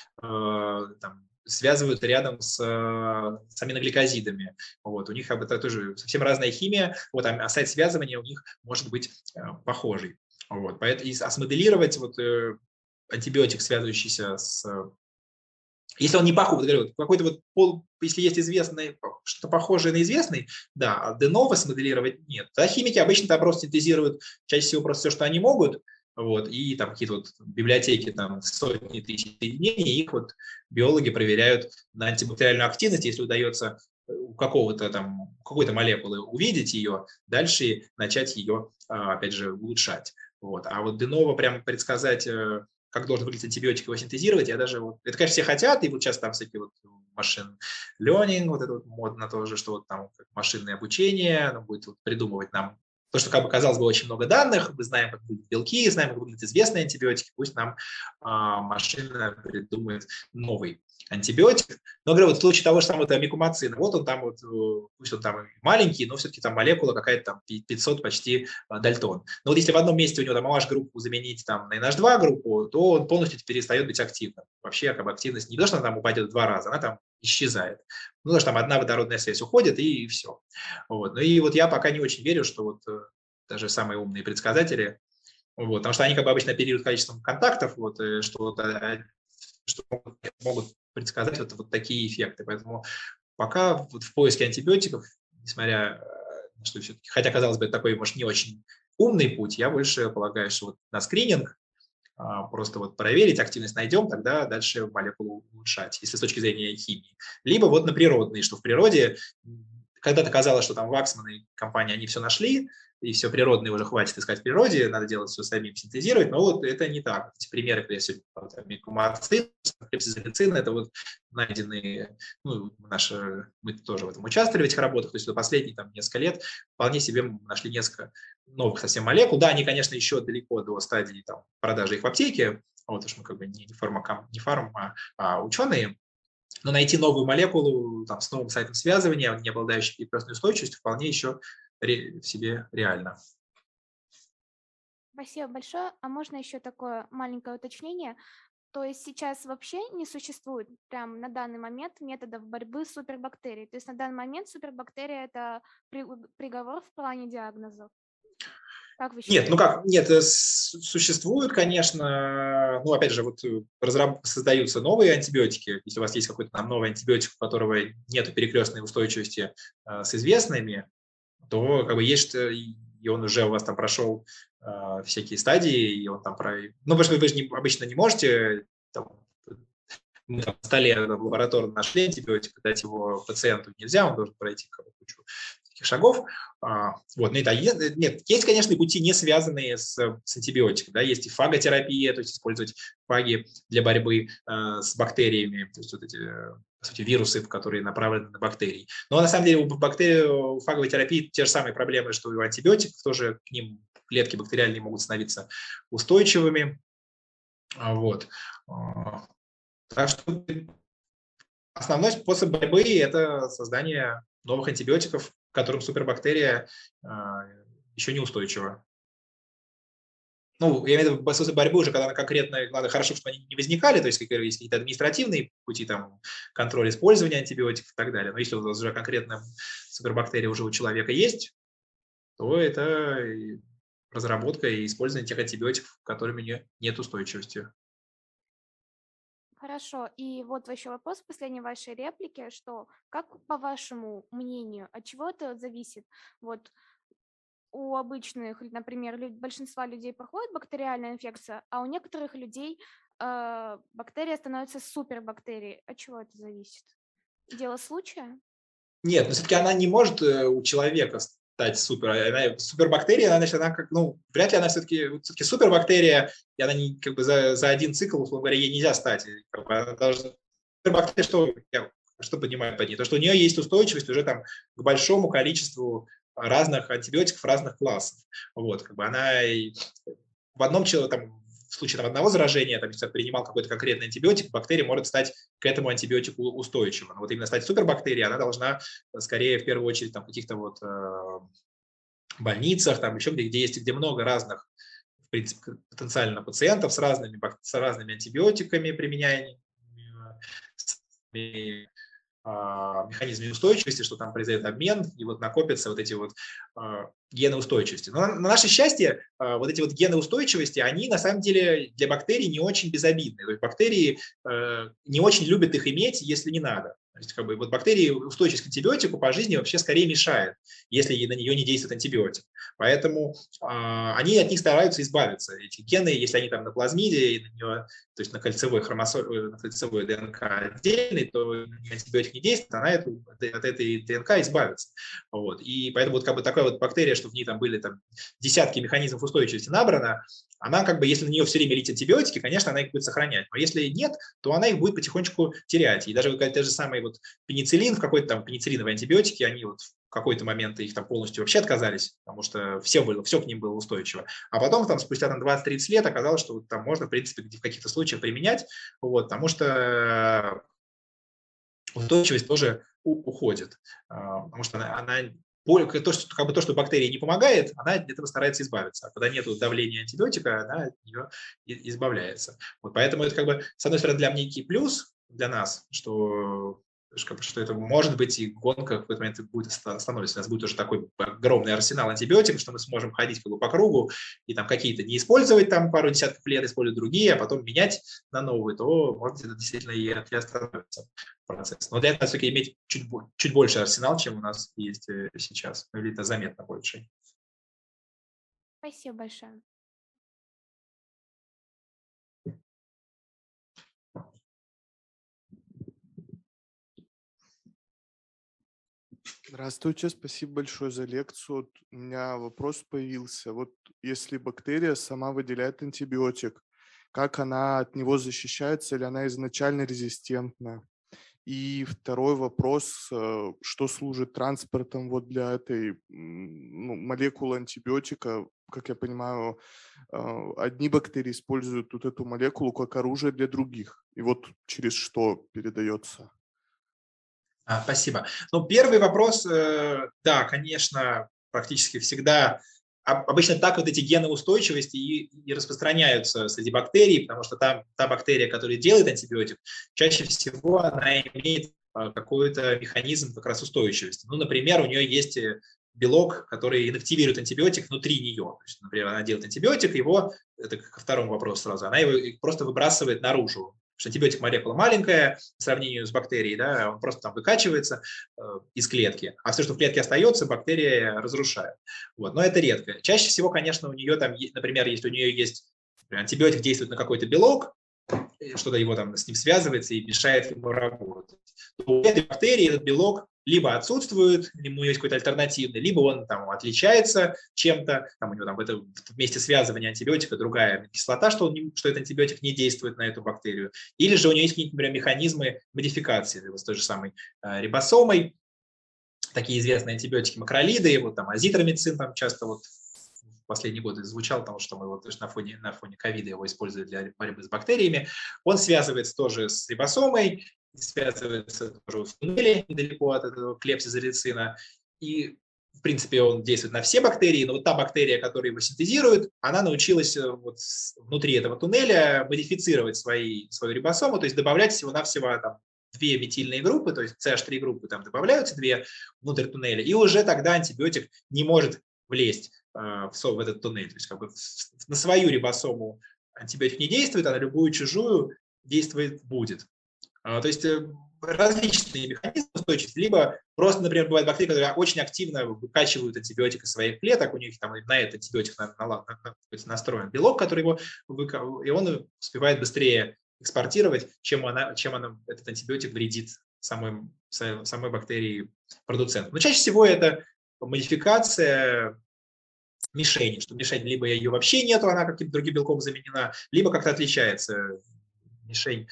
B: там, связывают рядом с, с аминогликозидами. Вот, у них это тоже совсем разная химия, вот, а сайт связывания у них может быть похожий. Вот, поэтому, а смоделировать вот, антибиотик, связывающийся с... Если он не похож, вот, какой-то вот пол, если есть известный, что-то похожее на известный, да, а де-ново смоделировать нет. А химики обычно там просто синтезируют чаще всего просто все, что они могут, вот, и там какие-то вот библиотеки, там сотни тысяч соединений, их вот биологи проверяют на антибактериальную активность, если удается у какого-то там, какой-то молекулы увидеть ее, дальше начать ее, опять же, улучшать. Вот. А вот де-ново прям предсказать, как должен выглядеть антибиотик, его синтезировать, я даже, вот, это, конечно, все хотят, и вот сейчас там всякие вот машин learning, вот это вот модно тоже, что вот там машинное обучение, оно будет вот придумывать нам, то, что, как бы, казалось бы, очень много данных, мы знаем, как выглядят белки, знаем, как выглядят известные антибиотики, пусть нам а, машина придумает новый антибиотик. Но, говорю, вот в случае того же самого микумацина, вот он там, вот, пусть он там маленький, но все-таки там молекула какая-то там пятьсот почти дальтон. Но вот если в одном месте у него там эй эйч группу заменить там на эн эйч два группу, то он полностью перестает быть активным. Вообще, как бы, активность не то, что она там упадет в два раза, она там исчезает. Ну, потому что там одна водородная связь уходит, и, и все. Вот. Ну и вот я пока не очень верю, что вот даже самые умные предсказатели, вот, потому что они как бы обычно оперируют количеством контактов, вот, что, что могут, могут предсказать вот, вот такие эффекты. Поэтому пока вот в поиске антибиотиков, несмотря на что все-таки, хотя, казалось бы, это такой, может, не очень умный путь, я больше полагаю, что вот на скрининг, просто вот проверить, активность найдем, тогда дальше молекулу улучшать, если с точки зрения химии. Либо вот на природные, что в природе когда-то казалось, что там Ваксман и компания, они все нашли, и все природное уже хватит искать в природе, надо делать все самим, синтезировать, но вот это не так. Эти примеры, когда я сегодня микумацин, клепсизолицин, это вот найденные, ну, наши, мы тоже в этом участвовали, в этих работах, то есть за последние там несколько лет вполне себе нашли несколько новых совсем молекул. Да, они, конечно, еще далеко до стадии там продажи их в аптеке, вот уж мы как бы не фармаком, не фарма, а ученые, Но найти новую молекулу там, с новым сайтом связывания, не обладающей перекрестной устойчивостью, вполне еще ре- в себе реально.
D: Спасибо большое. А можно еще такое маленькое уточнение? То есть сейчас вообще не существует прям на данный момент методов борьбы с супербактерией. То есть на данный момент супербактерия – это при- приговор в плане диагнозов. Как вы считаете?
B: Нет, ну как, нет, э, с- существуют, конечно, ну опять же, вот э, разраб- создаются новые антибиотики. Если у вас есть какой-то там новый антибиотик, у которого нет перекрестной устойчивости э, с известными, то как бы есть, что и и он уже у вас там прошел э, всякие стадии, и он там про... Ну, потому что вы же не- обычно не можете там, мы там на столе там, лабораторно нашли антибиотик, дать его пациенту нельзя, он должен пройти как бы, кучу таких шагов. А, вот, ну, это, е- нет, есть, конечно, и пути, не связанные с, с антибиотиком. Да, есть и фаготерапия, то есть использовать фаги для борьбы э, с бактериями, то есть вот эти, э, по сути, вирусы, которые направлены на бактерии. Но на самом деле у бактерий, у фаговой терапии те же самые проблемы, что и у антибиотиков, тоже к ним клетки бактериальные могут становиться устойчивыми. А, Вот. А, Так что основной способ борьбы – это создание новых антибиотиков, к которым супербактерия э, еще не устойчива. Ну, я имею в виду способ борьбы уже, когда она конкретно, надо хорошо, чтобы они не возникали, то есть какие- есть какие-то административные пути, там, контроль использования антибиотиков и так далее. Но если у вас уже конкретно супербактерия уже у человека есть, то это и разработка и использование тех антибиотиков, которыми не, нет устойчивости.
D: Хорошо. И вот еще вопрос в последней вашей реплике, что как, по вашему мнению, от чего это зависит? Вот у обычных, например, лю- большинства людей проходит бактериальная инфекция, а у некоторых людей э, бактерия становится супербактерией. От чего это зависит? Дело случая?
B: Нет, но все-таки она не может э, у человека стать супер. Она, супербактерия, она, значит, она как, ну, вряд ли она все-таки, все-таки супербактерия, и она не, как бы за, за один цикл, условно говоря, ей нельзя стать. И как бы она должна- супербактерия, что, я, что понимаю под ней? То, что у нее есть устойчивость уже там к большому количеству разных антибиотиков разных классов. Вот, как бы она и в одном человеке, там, в случае там, одного заражения, там, если принимал какой-то конкретный антибиотик, бактерия может стать к этому антибиотику устойчива. Но вот именно стать супербактерией, она должна скорее в первую очередь там, в каких-то вот э, больницах, там еще где, где есть, где много разных, в принципе, потенциально пациентов с разными, с разными антибиотиками применяемыми, с механизме устойчивости, что там произойдет обмен, и вот накопятся вот эти вот э, гены устойчивости. Но на, на наше счастье, э, вот эти вот гены устойчивости, они на самом деле для бактерий не очень безобидны. То есть бактерии э, не очень любят их иметь, если не надо. То есть, как бы, вот бактерии устойчивость к антибиотику по жизни вообще скорее мешает, если на нее не действует антибиотик. Поэтому э, они от них стараются избавиться. Эти гены, если они там на плазмиде, и на нее, то есть на кольцевой хромосоме, на кольцевой ДНК отдельный, то антибиотик не действует, она эту, от этой ДНК избавится. Вот. И поэтому вот как бы такая вот бактерия, что в ней там были там, десятки механизмов устойчивости набрано, она как бы, если на нее все время лить антибиотики, конечно, она их будет сохранять. Но если нет, то она их будет потихонечку терять. И даже вот те же самые вот пенициллин, в какой-то там пенициллиновые антибиотики, они вот в какой-то момент их там полностью вообще отказались, потому что все, было, все к ним было устойчиво. А потом там спустя там, двадцать-тридцать лет оказалось, что вот, там можно, в принципе, в каких-то случаях применять, вот, потому что устойчивость тоже у, уходит, потому что она, она то, что, как бы то, что бактерии не помогает, она от этого старается избавиться. А когда нет давления антибиотика, она от нее избавляется. Вот поэтому это как бы, с одной стороны, для некий плюс для нас, что что это может быть и гонка в какой-то момент будет остановиться. У нас будет уже такой огромный арсенал антибиотиков, что мы сможем ходить как бы по кругу и там какие-то не использовать там пару десятков лет, использовать другие, а потом менять на новые, то может это действительно и остановится процесс. Но для этого все-таки иметь чуть, чуть больше арсенал, чем у нас есть сейчас, или это заметно больше.
D: Спасибо большое.
E: Здравствуйте, спасибо большое за лекцию. Вот у меня вопрос появился. Вот если бактерия сама выделяет антибиотик, как она от него защищается, или она изначально резистентна? И второй вопрос, э, что служит транспортом вот для этой ну, молекулы антибиотика? Как я понимаю, э, одни бактерии используют вот эту молекулу как оружие для других. И вот через что передается?
B: А, спасибо. Ну, первый вопрос, э, да, конечно, практически всегда. Обычно так вот эти гены устойчивости и, и распространяются среди бактерий, потому что там та бактерия, которая делает антибиотик, чаще всего она имеет какой-то механизм как раз устойчивости. Ну, например, у нее есть белок, который инактивирует антибиотик внутри нее. То есть, например, она делает антибиотик, его, это ко второму вопросу сразу, она его просто выбрасывает наружу. Потому что антибиотик молекула маленькая по сравнению с бактерией, да, он просто там выкачивается э, из клетки, а все, что в клетке остается, бактерия разрушает. Вот. Но это редко. Чаще всего, конечно, у нее там, например, если у нее есть антибиотик действует на какой-то белок, что-то его там с ним связывается и мешает ему работать, то у этой бактерии этот белок либо отсутствует, ему есть какой-то альтернативный, либо он там отличается чем-то, там у него там в этом месте связывания антибиотика другая кислота, что, он не, что этот антибиотик не действует на эту бактерию, или же у него есть какие-то, например, механизмы модификации с той же самой э, рибосомой, такие известные антибиотики макролиды, вот там азитромицин там часто вот в последние годы звучал, потому что мы вот на фоне, на фоне ковида его используют для борьбы с бактериями. Он связывается тоже с рибосомой, связывается тоже в туннеле недалеко от этого клепсизолицина. И, в принципе, он действует на все бактерии, но вот та бактерия, которая его синтезирует, она научилась вот внутри этого туннеля модифицировать свои, свою рибосому, то есть добавлять всего-навсего там две метильные группы, то есть си эйч три группы там добавляются, две внутрь туннеля, и уже тогда антибиотик не может влезть э, в, в этот туннель. То есть как бы на свою рибосому антибиотик не действует, а на любую чужую действовать будет. То есть различные механизмы устойчивости, либо просто, например, бывают бактерии, которые очень активно выкачивают антибиотик из своих клеток, у них там на этот антибиотик настроен белок, который его выка... и он успевает быстрее экспортировать, чем, она, чем она, этот антибиотик вредит самой, самой бактерии продуценту. Но чаще всего это модификация мишени, что мишень либо ее вообще нету, она каким-то другим белком заменена, либо как-то отличается мишень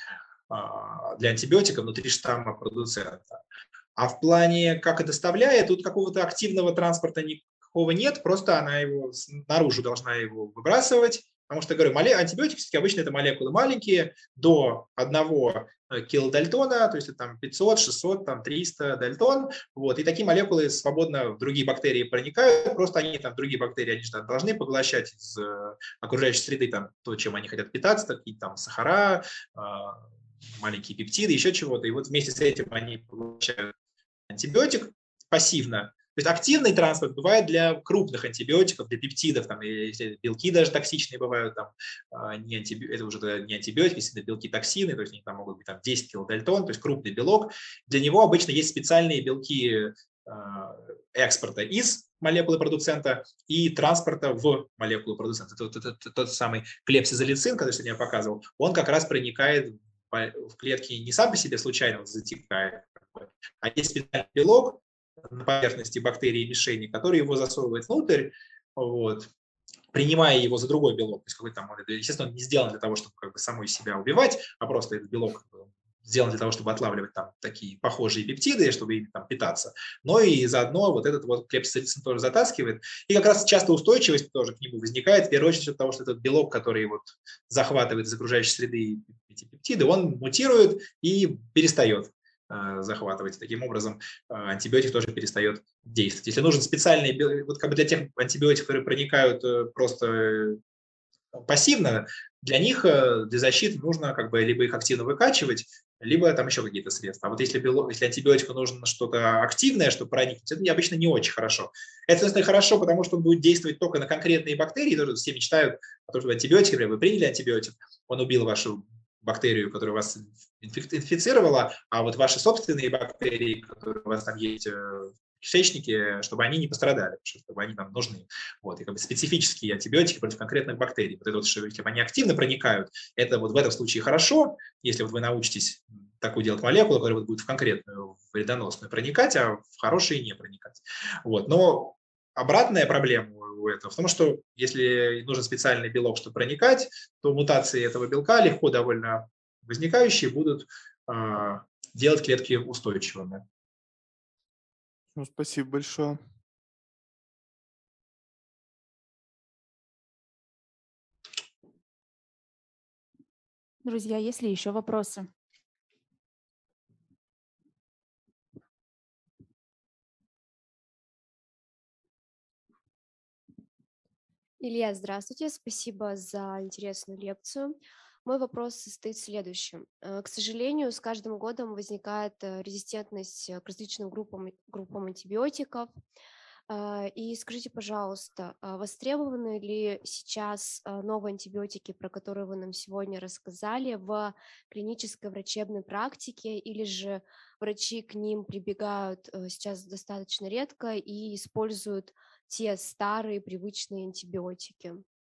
B: для антибиотика внутри штамма продуцента. А в плане, как это доставляет, тут какого-то активного транспорта никакого нет, просто она его наружу должна его выбрасывать, потому что, говорю, антибиотики все-таки обычно это молекулы маленькие, до одного килодальтона, то есть это там пятьсот, шестьсот, там триста дальтон, вот, и такие молекулы свободно в другие бактерии проникают, просто они там, другие бактерии, они же там должны поглощать из окружающей среды там то, чем они хотят питаться, такие там сахара, маленькие пептиды, еще чего-то, и вот вместе с этим они получают антибиотик пассивно. То есть активный транспорт бывает для крупных антибиотиков, для пептидов, там, если белки даже токсичные бывают, там, не антиби... это уже не антибиотики, если это белки токсины, то есть они там могут быть там, десять килодальтон, то есть крупный белок. Для него обычно есть специальные белки экспорта из молекулы продуцента и транспорта в молекулу продуцента. Это, это, это, это тот самый клепсизолицин, который я показывал, он как раз проникает в клетки не сам по себе случайно затекает, а есть специальный белок на поверхности бактерии и мишени, который его засовывает внутрь, вот, принимая его за другой белок. То есть какой-то там, естественно, он не сделан для того, чтобы как бы самой себя убивать, а просто этот белок сделан для того, чтобы отлавливать там такие похожие пептиды, чтобы ими там питаться. Но и заодно вот этот вот клепсизолицин тоже затаскивает. И как раз часто устойчивость тоже к нему возникает, в первую очередь от того, что этот белок, который вот захватывает из окружающей среды эти пептиды, он мутирует и перестает э, захватывать. Таким образом, э, антибиотик тоже перестает действовать. Если нужен специальный, вот как бы для тех антибиотиков, которые проникают э, просто пассивно, для них, для защиты нужно как бы либо их активно выкачивать, либо там еще какие-то средства. А вот если, белок, если антибиотику нужно что-то активное, чтобы проникнуть, это обычно не очень хорошо. Это, соответственно, хорошо, потому что он будет действовать только на конкретные бактерии. Тоже все мечтают о том, что антибиотик, например, вы приняли антибиотик, он убил вашу бактерию, которая вас инфицировала, а вот ваши собственные бактерии, которые у вас там есть в кишечнике, чтобы они не пострадали, чтобы они нам нужны. Вот, и как бы специфические антибиотики против конкретных бактерий. Вот это вот, что если они активно проникают, это вот в этом случае хорошо, если вот вы научитесь такую делать молекулу, которая вот будет в конкретную вредоносную проникать, а в хорошие не проникать. Вот. Но обратная проблема у этого в том, что если нужен специальный белок, чтобы проникать, то мутации этого белка легко довольно возникающие будут э, делать клетки устойчивыми.
E: Ну, спасибо большое.
A: Друзья, есть ли еще вопросы?
F: Илья, здравствуйте, спасибо за интересную лекцию. Мой вопрос состоит в следующем. Э, К сожалению, с каждым годом возникает э, резистентность э, к различным группам, группам антибиотиков. Э, И скажите, пожалуйста, а востребованы ли сейчас э, новые антибиотики, про которые вы нам сегодня рассказали, в клинической врачебной практике, или же врачи к ним прибегают э, сейчас достаточно редко и используют те старые привычные антибиотики?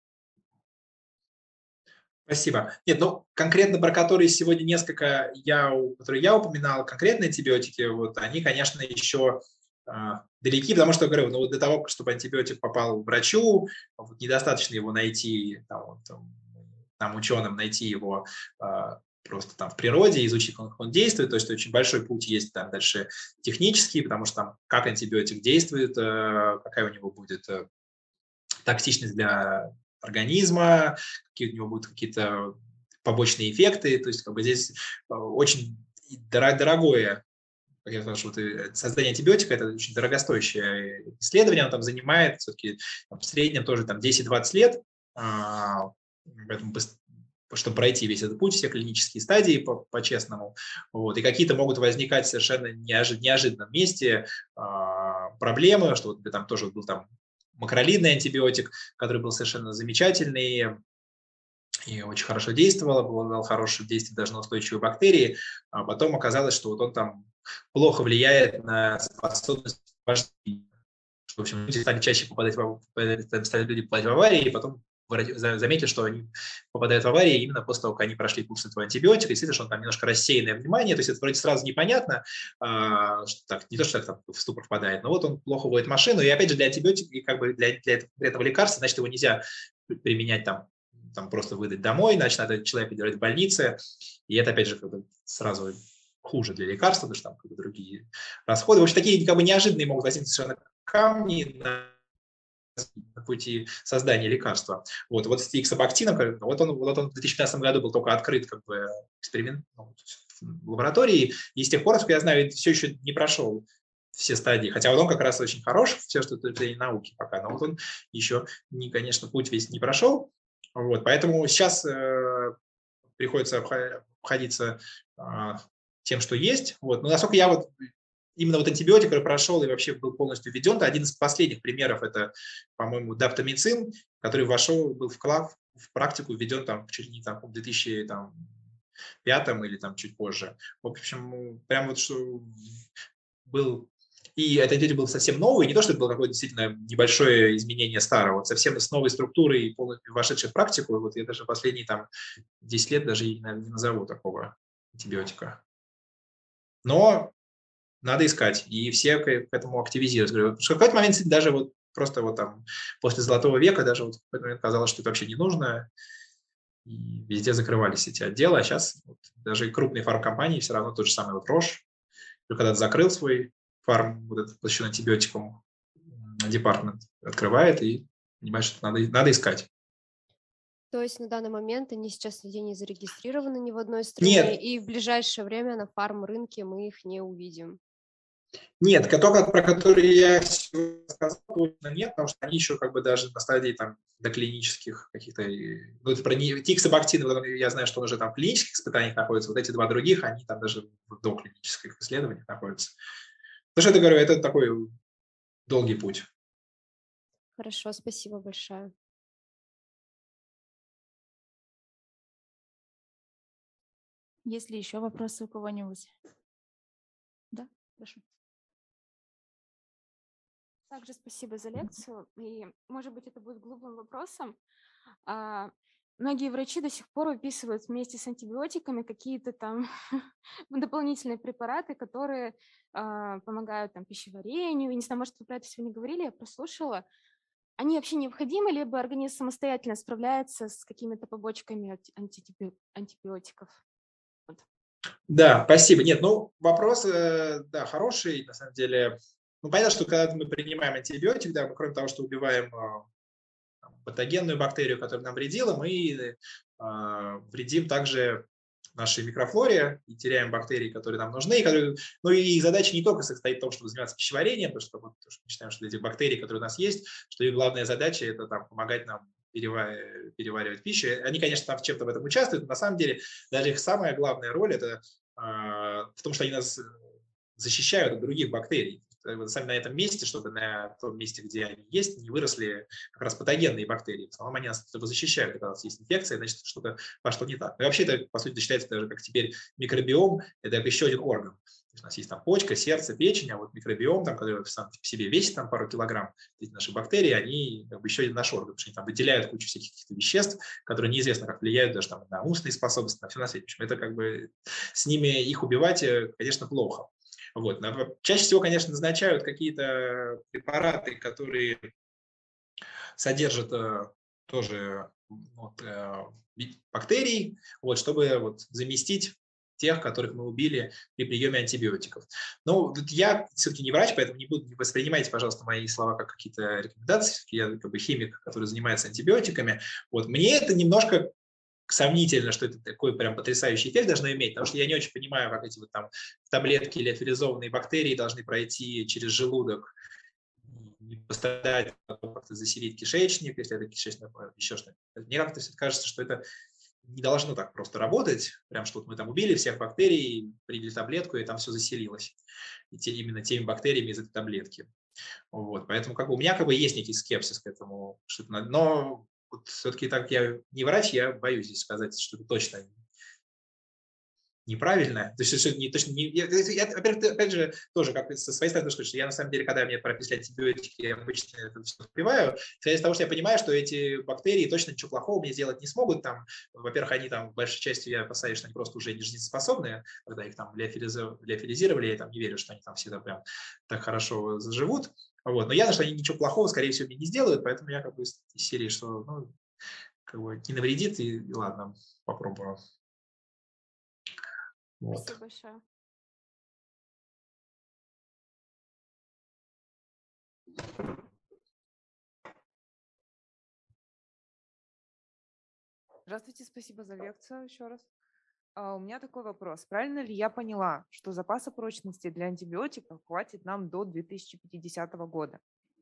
B: Спасибо. Нет, ну, конкретно про которые сегодня несколько, я, у- которые я упоминал, конкретные антибиотики, вот, они, конечно, еще а, далеки, потому что, говорю, ну, вот для того, чтобы антибиотик попал к врачу, вот, недостаточно его найти, там, вот, там, нам, ученым, найти его а, просто там в природе, изучить, как он действует, то есть очень большой путь есть там дальше технический, потому что там как антибиотик действует, э, какая у него будет э, токсичность для организма, какие у него будут какие-то побочные эффекты. То есть как бы здесь э, очень дора- дорогое, как я сказал, что вот, э, создание антибиотика – это очень дорогостоящее исследование, оно там занимает все-таки там, в среднем тоже там десять-двадцать лет, а, поэтому быс- чтобы пройти весь этот путь, все клинические стадии по- по-честному. Вот. И какие-то могут возникать совершенно неожи- неожиданном месте а, проблемы, что вот там тоже был там макролидный антибиотик, который был совершенно замечательный и очень хорошо действовал, обладал хорошим действием даже на устойчивые бактерии, а потом оказалось, что вот он там плохо влияет на способность вождения. В общем, люди стали чаще попадать в, ав- стали люди попадать в аварии, и потом врач- за- заметили, что они попадают в аварии именно после того, как они прошли курс этого антибиотика, и действительно, что он там немножко рассеянное внимание, то есть это вроде сразу непонятно, а, что так, не то, что так там в ступор впадает, но вот он плохо водит машину, и опять же для антибиотика, и как бы для, для этого лекарства, значит, его нельзя применять там, там просто выдать домой, значит, надо человека держать в больнице, и это, опять же, как бы сразу хуже для лекарства, потому что там как бы другие расходы. В общем, такие как бы неожиданные могут возникнуть совершенно камни на пути создания лекарства. Вот, вот с иксобактином, вот он, вот он в две тысячи пятнадцатом году был только открыт как бы эксперимент ну, в лаборатории, и с тех пор, насколько я знаю, все еще не прошел все стадии, хотя вот он как раз очень хорош, все, что это и науки пока, но вот он еще, не, конечно, путь весь не прошел, вот, поэтому сейчас э, приходится обходиться э, тем, что есть, вот, но насколько я вот именно вот антибиотик, который прошел и вообще был полностью введен, это один из последних примеров, это, по-моему, даптамицин, который вошел, был вклад в практику, введен там чуть не там, в две тысячи пятом или там чуть позже. В общем, прям вот что был. И этот антибиотик был совсем новый, не то, что это было какое-то действительно небольшое изменение старого, вот совсем с новой структурой и полностью вошедшей в практику. Вот я даже последние там десять лет даже, наверное, не назову такого антибиотика. Но надо искать, и все к этому активизируются. Потому что в какой-то момент даже вот просто вот там после Золотого века даже вот в какой-то момент казалось, что это вообще не нужно, и везде закрывались эти отделы, а сейчас вот даже крупные фармкомпании все равно тот же самый вот Рош, когда закрыл свой фарм, вот этот посвященный антибиотикам департамент, открывает и понимает, что надо, надо искать.
F: То есть на данный момент они сейчас нигде не зарегистрированы ни в одной стране,
B: Нет.
F: и в ближайшее время на фарм-рынке мы их не увидим.
B: Нет, только про которые я сказал, точно нет, потому что они еще как бы даже на стадии там доклинических каких-то, ну, это про тиксобактин, я знаю, что он уже там в клинических испытаниях находится, вот эти два других, они там даже в доклинических исследованиях находятся. Потому что это, говорю, это такой долгий путь.
F: Хорошо, спасибо большое.
A: Есть ли еще вопросы у кого-нибудь? Да, прошу.
D: Также спасибо за лекцию. И, может быть, это будет глупым вопросом. А, многие врачи до сих пор выписывают вместе с антибиотиками какие-то там дополнительные препараты, которые а, помогают там пищеварению. Я не знаю, может, вы про это сегодня говорили, я прослушала. Они вообще необходимы, либо организм самостоятельно справляется с какими-то побочками от антибио- антибиотиков? Вот.
B: Да, спасибо. Нет, ну, вопрос, э, да, хороший, на самом деле. Ну, понятно, что когда мы принимаем антибиотик, да, мы кроме того, что убиваем э, патогенную бактерию, которая нам вредила, мы э, вредим также нашей микрофлоре и теряем бактерии, которые нам нужны. И которые, ну и их задача не только состоит в том, чтобы заниматься пищеварением, потому что, потому что мы считаем, что эти бактерии, которые у нас есть, что их главная задача – это там, помогать нам переваривать, переваривать пищу. Они, конечно, там чем-то в этом участвуют, но на самом деле даже их самая главная роль – это э, в том, что они нас защищают от других бактерий. Сами на этом месте, чтобы на том месте, где они есть, не выросли как раз патогенные бактерии. В основном они нас защищают, когда у нас есть инфекция, значит, что-то пошло не так. И вообще это, по сути, считается даже как теперь микробиом, это как еще один орган. То есть у нас есть там почка, сердце, печень, а вот микробиом, там, который сам в себе весит там, пару килограмм, эти наши бактерии, они как бы еще один наш орган, потому что они там выделяют кучу всяких каких-то веществ, которые неизвестно как влияют даже там, на умственные способности, на все на свете. В общем, это как бы с ними их убивать, конечно, плохо. Вот. Чаще всего, конечно, назначают какие-то препараты, которые содержат тоже вот, бактерий, вот, чтобы вот, заместить тех, которых мы убили при приеме антибиотиков. Но я все-таки не врач, поэтому не, буду, не воспринимайте, пожалуйста, мои слова как какие-то рекомендации. Я как бы химик, который занимается антибиотиками. Вот. Мне это немножко сомнительно, что это такой прям потрясающий эффект должно иметь, потому что я не очень понимаю, как эти вот там таблетки или лиофилизованные бактерии должны пройти через желудок, не пострадать, потом как-то заселить кишечник, если это кишечник, еще что-то. Мне как-то кажется, что это не должно так просто работать, прям что вот мы там убили всех бактерий, приняли таблетку, и там все заселилось. И те, именно теми бактериями из этой таблетки. Вот, поэтому как бы у меня как бы есть некий скепсис к этому, что но вот все-таки так я не врач, я боюсь здесь сказать, что это точно неправильно. То есть, что не, точно не, я, я, опять, опять же, тоже как со своей стороны скажу, что я на самом деле, когда мне прописали антибиотики, я обычно это все успеваю, из-за того, что я понимаю, что эти бактерии точно ничего плохого мне сделать не смогут. Там, во-первых, они там, большей частью, я опасаюсь, что они просто уже не жизнеспособны, когда их там лиофилизировали, я там не верю, что они там всегда прям так хорошо заживут. Вот. Но ясно, что они ничего плохого, скорее всего, мне не сделают, поэтому я как бы из серии, что ну, как бы не навредит, и, и ладно, попробую. Вот.
D: Спасибо большое.
G: Здравствуйте, спасибо за лекцию еще раз. А у меня такой вопрос. Правильно ли я поняла, что запаса прочности для антибиотиков хватит нам до две тысячи пятидесятого года?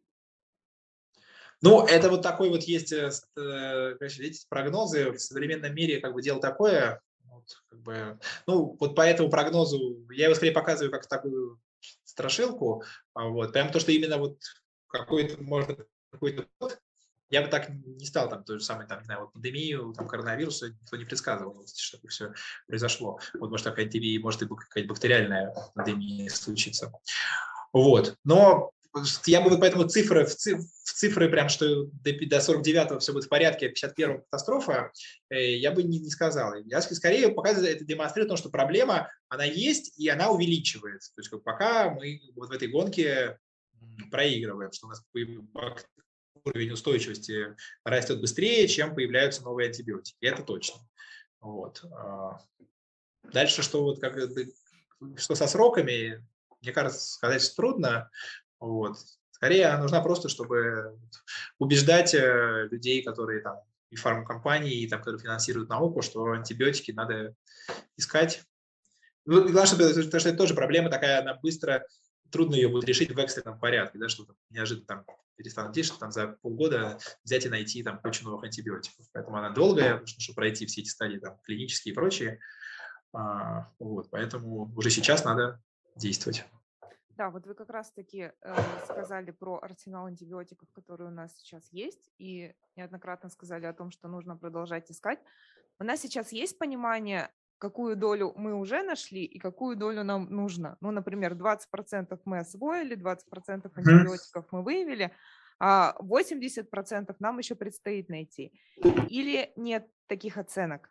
B: Ну, это вот такой вот есть, видите, прогнозы в современном мире, как бы дело такое. Вот, как бы, ну, вот по этому прогнозу я его скорее показываю как такую страшилку. Вот, прям то, что именно вот какой-то, может, какой-то год, я бы так не стал, там, то же самое, там, не знаю, вот пандемию, там, коронавируса никто не предсказывал, что это все произошло. Вот, может, такая эпидемия, может, и какая-то бактериальная пандемия случится. Вот, но я бы вот поэтому цифры, в цифры прям, что до сорок девятого все будет в порядке, а пятьдесят первого катастрофа, я бы не, не сказал. Я скорее показываю, это демонстрирует то, что проблема, она есть и она увеличивается. То есть как пока мы вот в этой гонке проигрываем, что у нас уровень устойчивости растет быстрее, чем появляются новые антибиотики. И это точно. Вот. Дальше, что, вот как, что со сроками, мне кажется, сказать трудно. Вот. Скорее, нужна просто, чтобы убеждать людей, которые там и фармкомпании, и там, которые финансируют науку, что антибиотики надо искать. Ну, главное, что, потому что это тоже проблема такая, она быстро, трудно ее будет решить в экстренном порядке, да, что неожиданно там перестанут делать, что там за полгода взять и найти там кучу новых антибиотиков. Поэтому она долгая, потому что, чтобы пройти все эти стадии там, клинические и прочие. А, вот, поэтому уже сейчас надо действовать.
G: Да, вот вы как раз-таки э, сказали про арсенал антибиотиков, который у нас сейчас есть, и неоднократно сказали о том, что нужно продолжать искать. У нас сейчас есть понимание, какую долю мы уже нашли и какую долю нам нужно. Ну, например, двадцать процентов мы освоили, двадцать процентов антибиотиков мы выявили, а восемьдесят процентов нам еще предстоит найти. Или нет таких оценок?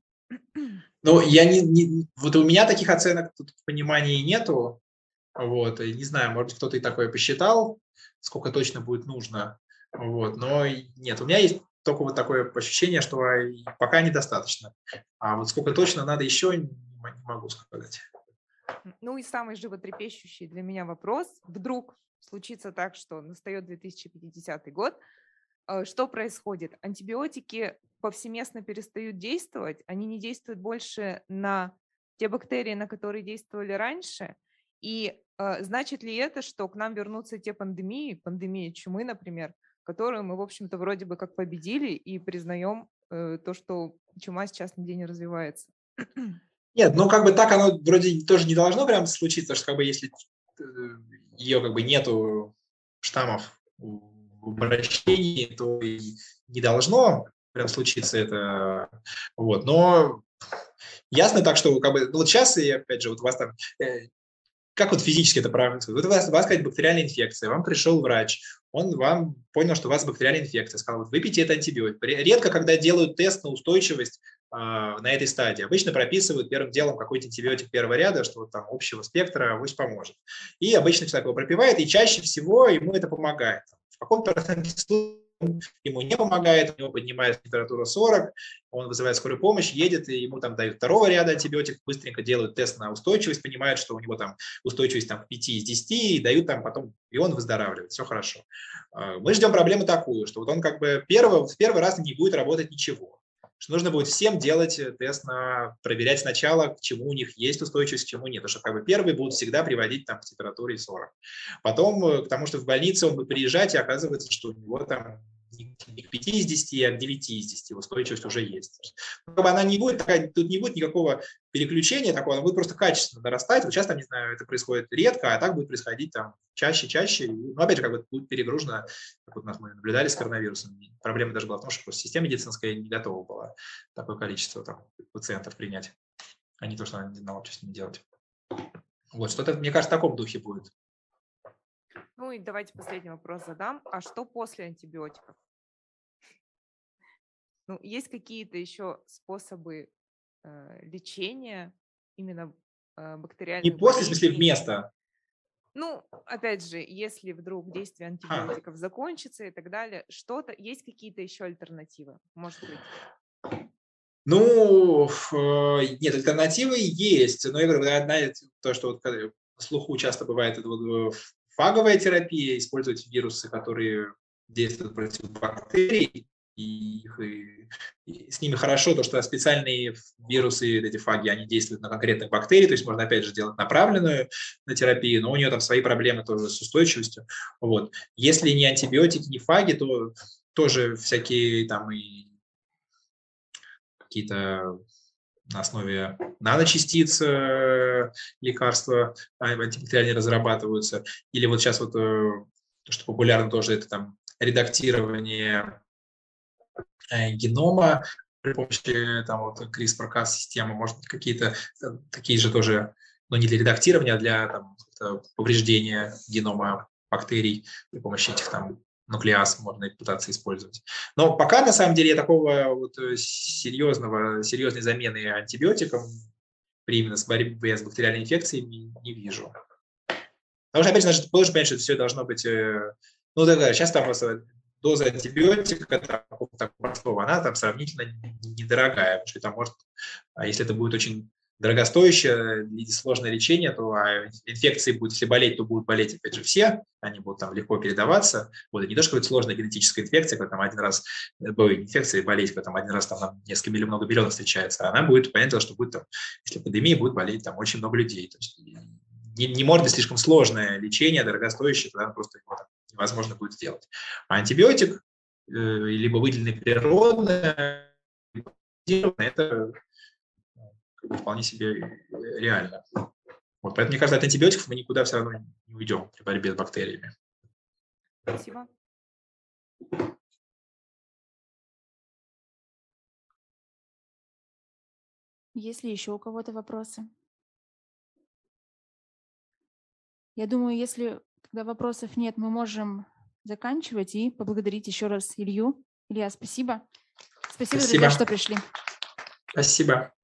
B: Ну, я не, не, вот у меня таких оценок тут в понимании нету. Вот, и не знаю, может быть, кто-то и такое посчитал, сколько точно будет нужно. Вот, но нет, у меня есть только вот такое ощущение, что пока недостаточно. А вот сколько точно надо еще, не могу сказать.
G: Ну и самый животрепещущий для меня вопрос. Вдруг случится так, что настает две тысячи пятидесятый год, э, что происходит? Антибиотики повсеместно перестают действовать, они не действуют больше на те бактерии, на которые действовали раньше. И э, значит ли это, что к нам вернутся те пандемии, пандемия чумы, например, которую мы, в общем-то, вроде бы как победили и признаем э, то, что чума сейчас нигде не развивается?
B: Нет, ну как бы так оно вроде тоже не должно прям случиться, что как бы если ее как бы нету штаммов в обращении, то и не должно прям случиться это. Вот. Но ясно так, что как бы, ну вот сейчас, и опять же, вот у вас там, э, как вот физически это происходит? Вот у вас, у вас какая-то бактериальная инфекция, вам пришел врач, он вам понял, что у вас бактериальная инфекция, сказал, вот выпейте этот антибиотик. Редко, когда делают тест на устойчивость э, на этой стадии. Обычно прописывают первым делом какой-то антибиотик первого ряда, что вот там общего спектра авось поможет. И обычно человек его пропивает, и чаще всего ему это помогает. В каком-то проценте случаев ему не помогает, у него поднимается температура сорок, он вызывает скорую помощь, едет, и ему там дают второго ряда антибиотик, быстренько делают тест на устойчивость, понимают, что у него там устойчивость там пять из десяти, и дают там потом, и он выздоравливает, все хорошо. Мы ждем проблему такую, что вот он как бы первый, в первый раз не будет работать ничего. Что нужно будет всем делать тест на, проверять сначала, к чему у них есть устойчивость, к чему нет. Потому что как бы первые будут всегда приводить там к температуре сорок. Потом, потому что в больнице он будет приезжать, и оказывается, что у него там не к пяти из десяти, а к девяти из десяти устойчивость уже есть. Ну, как бы она не будет, такая, тут не будет никакого переключения такого, она будет просто качественно нарастать. Вот сейчас, там, не знаю, это происходит редко, а так будет происходить там чаще, чаще. Но опять же, как бы будет перегружено, как вот у нас мы наблюдали с коронавирусом. Проблема даже была в том, что система медицинская не готова была такое количество там, пациентов принять, а не то, что она не знала, что с ними делать. Вот, что-то, мне кажется, в таком духе будет.
G: Ну и давайте последний вопрос задам. А что после антибиотиков? Ну, есть какие-то еще способы э, лечения именно э, бактериальных
B: Не после, в
G: болезней?
B: смысле вместо.
G: Ну, опять же, если вдруг действие антибиотиков закончится и так далее, что-то, есть какие-то еще альтернативы, может быть?
B: Ну, нет, альтернативы есть, но я говорю, одна, то, что вот на слуху часто бывает, это вот фаговая терапия, использовать вирусы, которые действуют против бактерий, и, их, и, и с ними хорошо, то, что специальные вирусы, эти фаги, они действуют на конкретных бактерий, то есть можно опять же делать направленную на терапию, но у нее там свои проблемы тоже с устойчивостью. Вот. Если не антибиотики, не фаги, то тоже всякие там и какие-то на основе наночастиц лекарства антибактериальные разрабатываются. Или вот сейчас вот то, что популярно тоже, это там редактирование генома при помощи там вот CRISPR-Cas системы, может быть, какие-то такие же тоже, но не для редактирования, а для там, повреждения генома бактерий при помощи этих там нуклеаз можно пытаться использовать. Но пока, на самом деле, я такого вот серьезного, серьезной замены антибиотикам при именно с борьбе с бактериальной инфекцией не, не вижу. Потому что, опять же, должен понять, что это все должно быть... Ну, да, сейчас там доза антибиотика там, так простого, она там сравнительно недорогая, потому что там может, если это будет очень дорогостоящее или сложное лечение, то а инфекции будут, если болеть, то будут болеть, опять же, все, они будут там легко передаваться. Вот, и не то, что это сложная генетическая инфекция, когда там один раз, ой, инфекция болеть, когда там один раз там несколько миллионов, много миллионов встречается, она будет, понятно, что будет там, если пандемия, будет болеть там очень много людей. То есть не, не может быть слишком сложное лечение, дорогостоящее, тогда просто его там невозможно будет сделать. А антибиотик, э, либо выделенный природно, это вполне себе реально. Вот, поэтому, мне кажется, от антибиотиков мы никуда все равно не уйдем при борьбе с бактериями.
G: Спасибо.
A: Есть ли еще у кого-то вопросы? Я думаю, если тогда вопросов нет, мы можем заканчивать и поблагодарить еще раз Илью. Илья, спасибо. Спасибо,
B: Спасибо.
A: друзья, что пришли.
B: Спасибо.